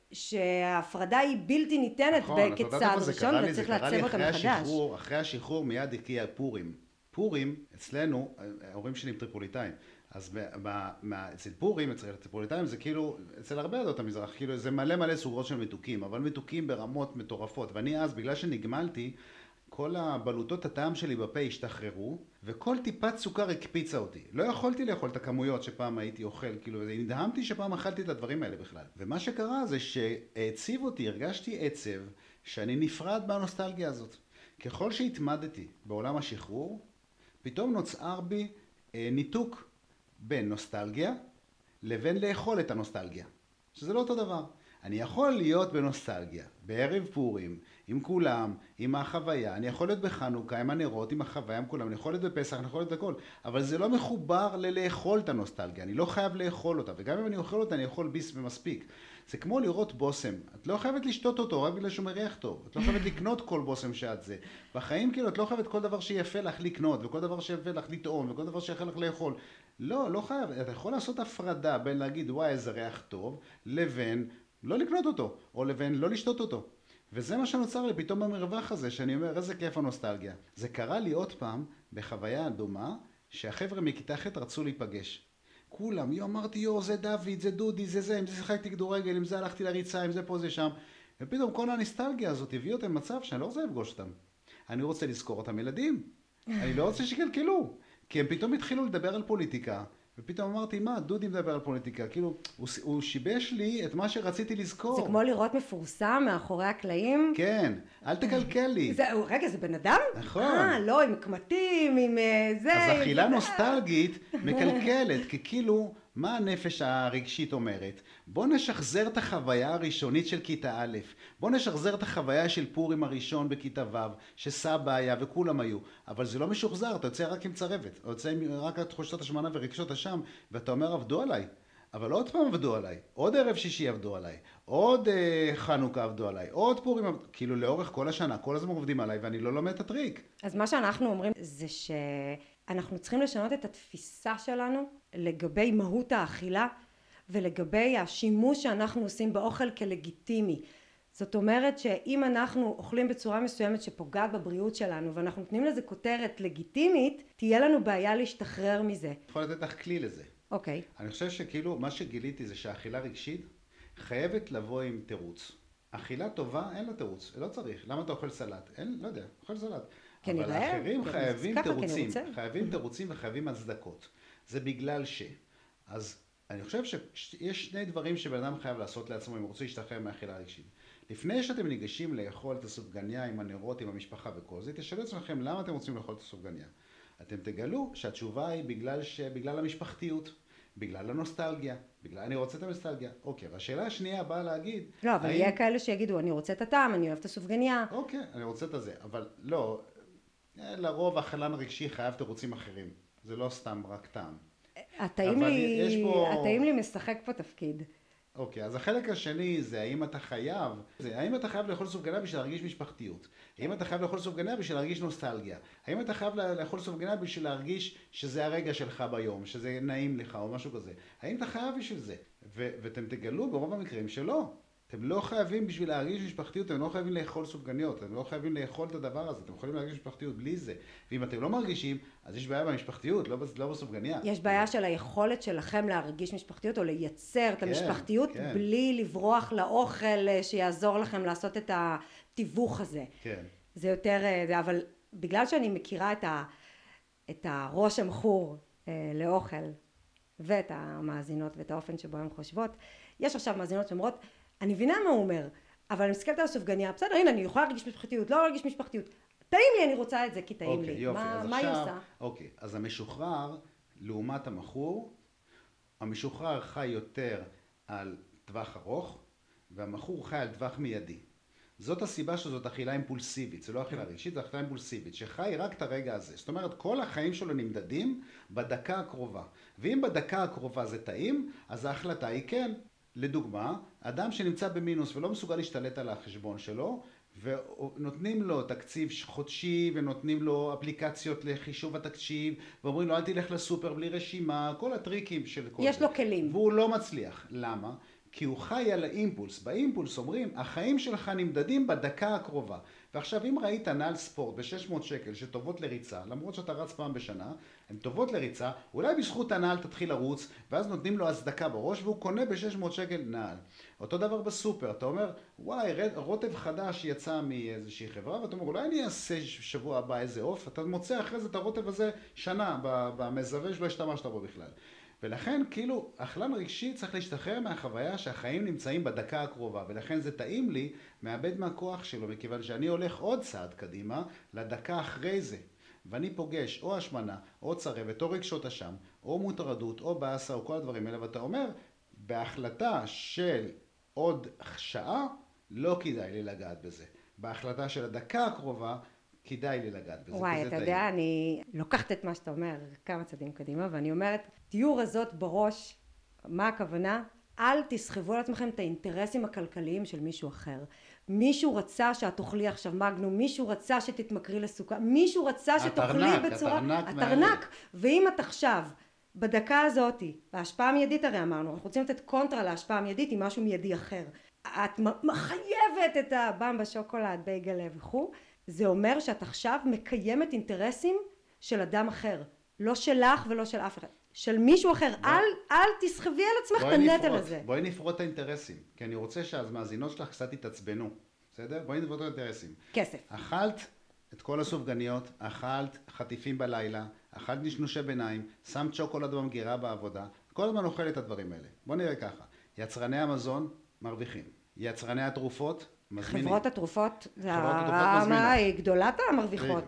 שההפרדה היא בלתי ניתנת כצעד ראשון, וצריך לעצב אותה מחדש. אחרי השחרור מיד הגיע פורים. פורים, אצלנו, ההורים שלי הם טריפוליטאים, אז אצל פורים, אצל טריפוליטאים, זה כאילו, אצל הרבה עדות המזרח, כאילו זה מלא סוגרות של מתוקים, אבל מתוקים ברמות מטורפות, ואני אז, בגלל שנגמלתי, כל הבלוטות הטעם שלי בפה השתחררו, וכל טיפת סוכר הקפיצה אותי. לא יכולתי לאכול את הכמויות שפעם הייתי אוכל, כאילו, נדהמתי שפעם אכלתי את הדברים האלה בכלל. ומה שקרה זה שהציב אותי, הרגשתי עצב, שאני נפרד מהנוסטלגיה הזאת. ככל שהתמדתי בעולם השחרור, פתאום נוצר בי ניתוק בין נוסטלגיה לבין לאכול את הנוסטלגיה. שזה לא אותו דבר. אני יכול להיות בנוסטלגיה, בערב פורים, עם כולם, עם החוויה, אני יכול להיות בחנוכה, עם הנרות, עם החוויה, עם כולם, אני יכול להיות בפסח, אני יכול להיות הכל, אבל זה לא מחובר לאכול את הנוסטלגיה, אני לא חייב לאכול אותה, וגם אם אני אוכל אותה, אני יכול ביס ומספיק. זה כמו לראות בוסם, את לא חייבת לשתות אותו רק בגלל שהוא מריח טוב, את לא חייבת לקנות כל בוסם שאת זה. בחיים כאילו, את לא חייבת כל דבר שיפה לך לקנות, וכל דבר שיפה לך לטעום, וכל דבר שיפה לך לאכול. לא חייב, אתה יכול לעשות הפרדה בין להגיד, וואי, איזה ריח טוב, לבין לא לקנות אותו, או לבין לא לשתות אותו. וזה מה שנוצר לי פתאום במרווח הזה, שאני אומר, איזה כיף הנוסטלגיה. זה קרה לי עוד פעם בחוויה דומה, שהחבר'ה מכיתה ח' רצו להיפגש. כולם, אמרתי, זה דוד, זה דודי, זה, עם זה שיחקתי כדורגל, עם זה הלכתי לריצה, עם זה פה, זה שם. ופתאום כל הנסטלגיה הזאת הביאו אותם למצב שאני לא רוצה לפגוש אותם. אני רוצה לזכור אותם ילדים. אני לא רוצה שיקלקלו. כי הם פתאום התחילו לדבר על פוליטיקה. ופתאום אמרתי, מה, דודי מדבר על פוליטיקה. כאילו, הוא שיבש לי את מה שרציתי לזכור. זה כמו לראות מפורסם מאחורי הקלעים. כן, אל תקלקל לי. רגע, זה בן אדם? נכון. לא, עם קמטים, עם זה. אז אכילה נוסטלגית מקלקלת, כי כאילו, מה הנפש הרגשית אומרת? בוא נשחזר את החוויה הראשונית של כיתה א', בוא נשחזר את החוויה של פורים הראשון בכיתה ו', שסבא היה וכולם היו, אבל זה לא משוחזר, אתה יוצא רק עם צרבת, אתה יוצא רק תחושת השמנה ורגשות אשם, ואתה אומר עבדו עליי, אבל עוד פעם עבדו עליי, עוד ערב שישי עבדו עליי, עוד חנוכה עבדו עליי, עוד פורים, כאילו לאורך כל השנה, כל הזמן עובדים עליי ואני לא לומד את הטריק. אז מה שאנחנו אומרים זה אנחנו צריכים לשנות את התפיסה שלנו לגבי מהות האכילה ולגבי השימוש שאנחנו עושים באוכל כלגיטימי. זאת אומרת שאם אנחנו אוכלים בצורה מסוימת שפוגעת בבריאות שלנו ואנחנו נותנים לזה כותרת לגיטימית, תהיה לנו בעיה להשתחרר מזה. אני יכול לתת לך כלי לזה. אוקיי. אני חושב שכאילו מה שגיליתי זה שהאכילה רגשית חייבת לבוא עם תירוץ. אכילה טובה אין לה תירוץ, לא צריך. למה אתה אוכל סלט? אין, לא יודע, אוכל סלט. אבל האחרים חייבים תירוצים, חייבים תירוצים וחייבים הצדקות. זה בגלל אז אני חושב שיש שני דברים שבן אדם חייב לעשות לעצמו אם הוא רוצה להשתחרר מהאכילה רגשית. לפני שאתם ניגשים לאכול את הסופגניה עם הנרות, עם המשפחה וכל זה, תשאלו עצמכם למה אתם רוצים לאכול את הסופגניה. אתם תגלו שהתשובה היא בגלל המשפחתיות, בגלל הנוסטלגיה, בגלל אני רוצה את הנוסטלגיה. אוקיי, והשאלה השנייה באה להגיד... לא, אבל יהיה כאלה שיגידו, אני רוצה את הטעם, אני אוהב את הסופגניה. אוקיי, אני רוצה את זה, אבל לא, לרוב האכלן הרגשי חייב תירוצים אחרים. זה לא סתם רק טעם. הטעים לי משחק פה תפקיד. אוקיי, אז החלק השני זה האם אתה חייב לאכול סופגניה בשביל להרגיש משפחתיות? האם אתה חייב לאכול סופגניה בשביל להרגיש נוסטלגיה? האם אתה חייב לאכול סופגניה בשביל להרגיש שזה הרגע שלך ביום, שזה נעים לך או משהו כזה? האם אתה חייב בשביל זה? ואתם תגלו ברוב המקרים שלא. אתם לא חייבים בשביל להרגיש משפחתיות, אתם לא חייבים לאכול סופגניות, אתם לא חייבים לאכול את הדבר הזה, אתם יכולים להרגיש משפחתיות בלי זה. ואם אתם לא מרגישים, אז יש בעיה במשפחתיות, לא בסופגניה. יש בעיה של היכולת שלכם להרגיש משפחתיות או לייצר את המשפחתיות בלי לברוח לאוכל שיעזור לכם לעשות את התיווך הזה. כן. זה יותר, אבל בגלל שאני מכירה את הראש המכור לאוכל ואת המאזינות ואת האופן שבו הן חושבות, יש עכשיו מאזינות שאומרות, אני מבינה מה הוא אומר, אבל אני מסתכלת על הסופגניה, בסדר, הנה, אני יכולה להרגיש משפחתיות, לא להרגיש משפחתיות. טעים לי, אני רוצה את זה, כי טעים לי. מה היא עושה? אוקיי, אז המשוחרר, לעומת המכור, המשוחרר חי יותר על טווח ארוך, והמכור חי על טווח מיידי. זאת הסיבה שזאת אכילה אימפולסיבית, זה לא אכילה רגשית, זה אכילה אימפולסיבית, שחי רק את הרגע הזה. זאת אומרת, כל החיים שלו נמדדים בדקה הקרובה. ואם בדקה הקרובה זה טעים, אז ההחלטה היא כן. לדוגמה, אדם שנמצא במינוס ולא מסוגל להשתלט על החשבון שלו, ונותנים לו תקציב חודשי, ונותנים לו אפליקציות לחישוב התקציב, ואומרים לו אל תלך לסופר בלי רשימה, כל הטריקים של כל זה. יש לו כלים. והוא לא מצליח. למה? כי הוא חי על האימפולס. באימפולס אומרים, החיים שלך נמדדים בדקה הקרובה. ועכשיו אם ראית נעל ספורט ב-600 שקל שטובות לריצה, למרות שאתה רץ פעם בשנה, הן טובות לריצה, אולי בזכות הנעל תתחיל לרוץ, ואז נותנים לו הצדקה בראש, והוא קונה ב-600 שקל נעל. אותו דבר בסופר, אתה אומר, וואי, רוטב חדש יצא מאיזושהי חברה, ואתה אומר, אולי אני אעשה שבוע הבא איזה אוף, אתה מוצא אחרי זה את הרוטב הזה שנה במזווה שלא השתמשת בו בכלל. ולכן כאילו אכלן רגשי צריך להשתחרר מהחוויה שהחיים נמצאים בדקה הקרובה, ולכן זה טעים לי מאבד מהכוח שלו, מכיוון שאני הולך עוד צעד קדימה לדקה אחרי זה, ואני פוגש או השמנה, או צרבת, או רגשות אשם, או מוטרדות, או באסה, או כל הדברים האלה, ואתה אומר, בהחלטה של עוד שעה, לא כדאי לי לגעת בזה. בהחלטה של הדקה הקרובה, כדאי לי לגעת בזה. וואי, אתה יודע, אני לוקחת את מה שאתה אומר כמה צעדים קדימה, ואני אומרת, תהיו רזות בראש, מה הכוונה? אל תסחבו על עצמכם את האינטרסים הכלכליים של מישהו אחר. מישהו רצה שאת תאכלי עכשיו מגנום, מישהו רצה שתתמכרי לסוכה, מישהו רצה שתאכלי בצורה... התרנק. ואם את עכשיו, בדקה הזאת, בהשפעה המיידית הרי אמרנו, אנחנו רוצים לתת קונטרה להשפעה המיידית עם משהו מיידי אחר. את מחייבת את הבמבה, שוקולד, בייגל וכו'. זה אומר שאת עכשיו מקיימת אינטרסים של אדם אחר. לא שלך ולא של אף אחד, של מישהו אחר. אל תסחבי על עצמך את הנטל הזה. בואי נפרוט את האינטרסים, כי אני רוצה שהמאזינות שלך קצת יתעצבנו, בסדר? בואי נפרוט את האינטרסים. כסף. אכלת את כל הסופגניות, אכלת חטיפים בלילה, אכלת נשנושי ביניים, שמת שוקולד במגירה בעבודה, כל הזמן אוכל את הדברים האלה. בוא נראה ככה, יצרני המזון מרוויחים, יצרני התרופות מזמינים. חברות התרופות, מה היא גדולת המרוויחות?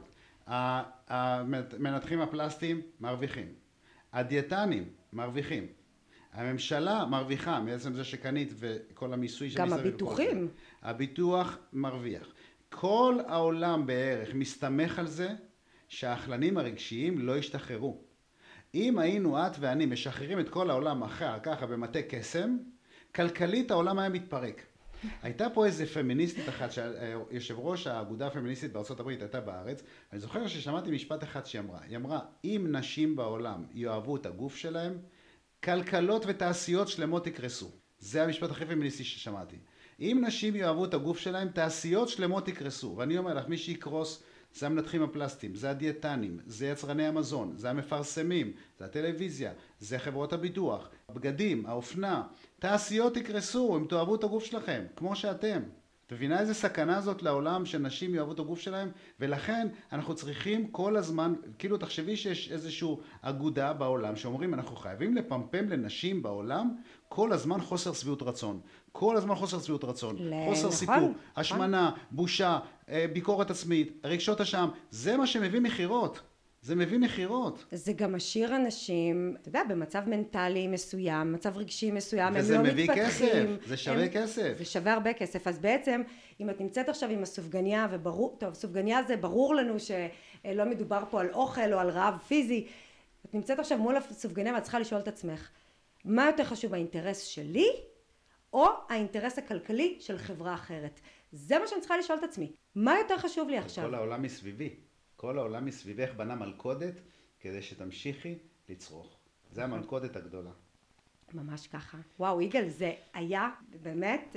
המנתחים הפלסטיים מרוויחים, הדיאטנים מרוויחים, הממשלה מרוויחה מעצם זה שקנית וכל המיסוי גם הביטוחים. הביטוח מרוויח. כל העולם בערך מסתמך על זה שהאכלנים הרגשיים לא ישתחררו. אם היינו את ואני משחררים את כל העולם אחר ככה במטה קסם, כלכלית העולם היה מתפרק. הייתה פה איזה פמיניסטית אחת, יושב ראש האגודה הפמיניסטית בארצות הברית הייתה בארץ, אני זוכר ששמעתי משפט אחד שהיא אמרה, אם נשים בעולם יאהבו את הגוף שלהם, כלכלות ותעשיות שלמות יקרסו. זה המשפט הכי פמיניסטי ששמעתי. אם נשים יאהבו את הגוף שלהם, תעשיות שלמות יקרסו. ואני אומר לך, מי שיקרוס זה המנתחים הפלסטיים, זה הדיאטנים, זה יצרני המזון, זה המפרסמים, זה הטלוויזיה, זה חברות הביטוח, הבגדים, האופנה. תעשיות יקרסו, הם תאהבו את הגוף שלכם, כמו שאתם. את מבינה איזה סכנה זאת לעולם שנשים יאהבו את הגוף שלהם? ולכן אנחנו צריכים כל הזמן, כאילו תחשבי שיש איזושהי אגודה בעולם שאומרים אנחנו חייבים לפמפם לנשים בעולם כל הזמן חוסר שביעות רצון. כל הזמן חוסר שביעות רצון, חוסר סיפוק, השמנה, בושה, ביקורת עצמית, רגשות אשם. זה מה שמביא מחירות. זה מביא מחירות. זה גם משאיר אנשים, אתה יודע, במצב מנטלי מסוים, מצב רגשי מסוים, הם לא מתפתחים. וזה מביא כסף, זה שווה כסף. זה שווה הרבה כסף. אז בעצם, אם את נמצאת עכשיו עם הסופגניה, טוב, סופגניה זה ברור לנו שלא מדובר פה על אוכל או על רעב פיזי. את נמצאת עכשיו מול הסופגניה ואת צריכה לשאול את עצמך, מה יותר חשוב, האינטרס שלי או האינטרס הכלכלי של חברה אחרת? זה מה שאני צריכה לשאול את עצמי. מה יותר חשוב לי עכשיו? כל העולם מסביבי. כל העולם מסביבך בנה מלכודת כדי שתמשיכי לצרוך. זה המלכודת הגדולה. ממש ככה. וואו, יגאל, זה היה באמת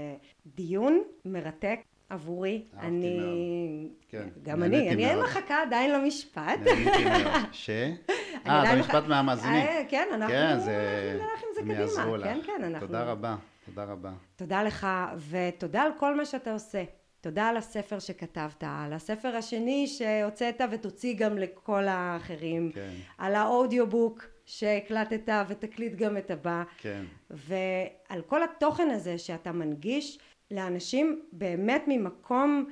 דיון מרתק עבורי. אהבתי מאוד. כן. גם אני מחכה עדיין למשפט. נהניתי מאוד. במשפט מהמאזינים. כן, אנחנו נלך עם זה קדימה. יעזרו לך. כן, תודה רבה. תודה רבה. תודה לך, ותודה על כל מה שאתה עושה. תודה על הספר שכתבת, על הספר השני שהוצאת ותוציא גם לכל האחרים, כן. על האודיובוק שהקלטת ותקליט גם את הבא, כן. ועל כל התוכן הזה שאתה מנגיש לאנשים באמת ממקום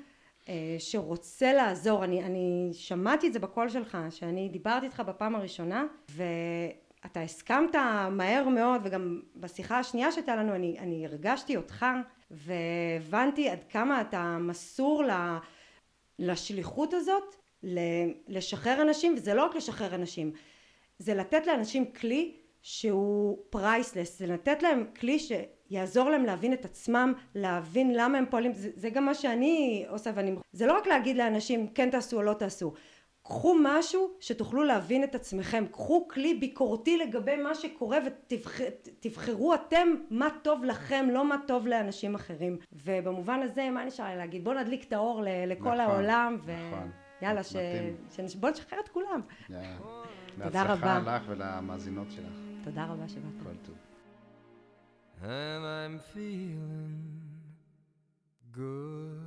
שרוצה לעזור. אני שמעתי את זה בקול שלך, שאני דיברתי איתך בפעם הראשונה, ואתה הסכמת מהר מאוד, וגם בשיחה השנייה שהייתה לנו אני הרגשתי אותך, והבנתי עד כמה אתה מסור לשליחות הזאת, לשחרר אנשים, וזה לא רק לשחרר אנשים, זה לתת לאנשים כלי שהוא פרייסלס, זה לתת להם כלי שיעזור להם להבין את עצמם, להבין למה הם פועלים, זה גם מה שאני עושה, זה לא רק להגיד לאנשים כן תעשו או לא תעשו, קחו משהו שתוכלו להבין את עצמכם, קחו כלי ביקורתי לגבי מה שקורה ותבחרו אתם מה טוב לכם, לא מה טוב לאנשים אחרים. ובמובן הזה, מה נשאר לי להגיד? בוא נדליק את האור לכל העולם, ויאללה, בוא נשחרר את כולם. תודה רבה. בהצלחה לך ולמאזינות שלך. תודה רבה שבאת. כל טוב. And I'm feeling good.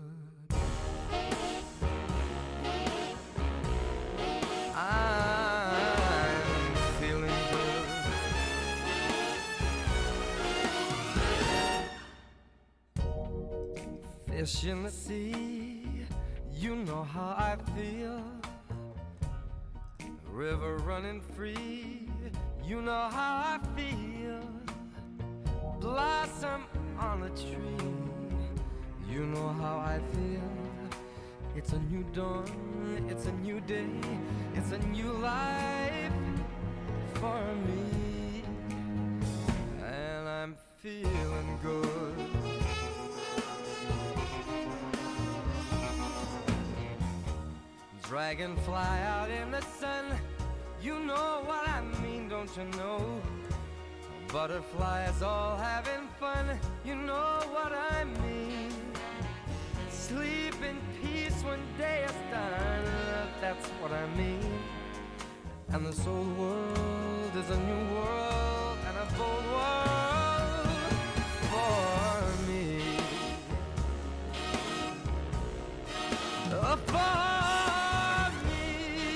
I'm feeling good. Fish in the sea, you know how I feel. River running free, you know how I feel. Blossom on a tree, you know how I feel. It's a new dawn, it's a new day, it's a new life for me. And I'm feeling good. Dragonfly out in the sun, you know what I mean, don't you know? Butterflies all having fun, you know what I mean. Sleep in peace when day is done, that's what I mean. And this old world is a new world and a bold world for me. For me.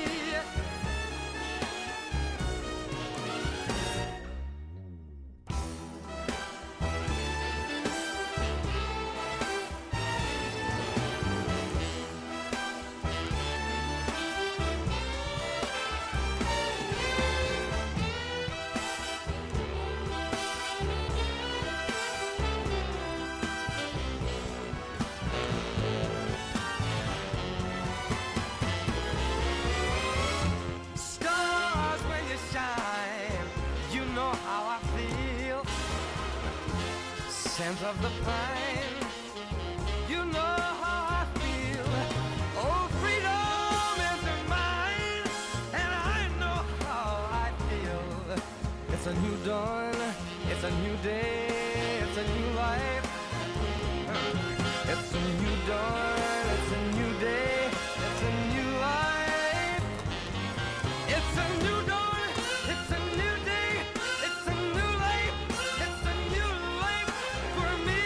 Stars, when you shine, you know how I feel. Scent of the pine, you know how I feel. Oh, freedom is mine, and I know how I feel. It's a new dawn, it's a new day, it's a new life. It's a new dawn, it's a new day, it's a new life. It's a new dawn, it's a new day, it's a new life, it's a new life for me.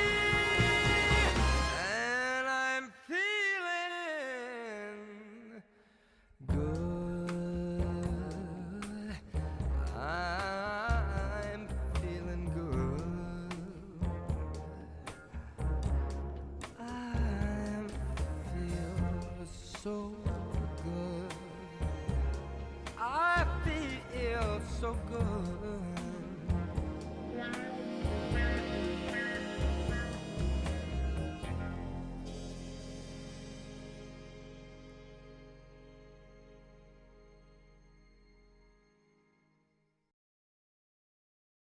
And I'm feeling good. I'm feeling good. I feel so good. I feel so good.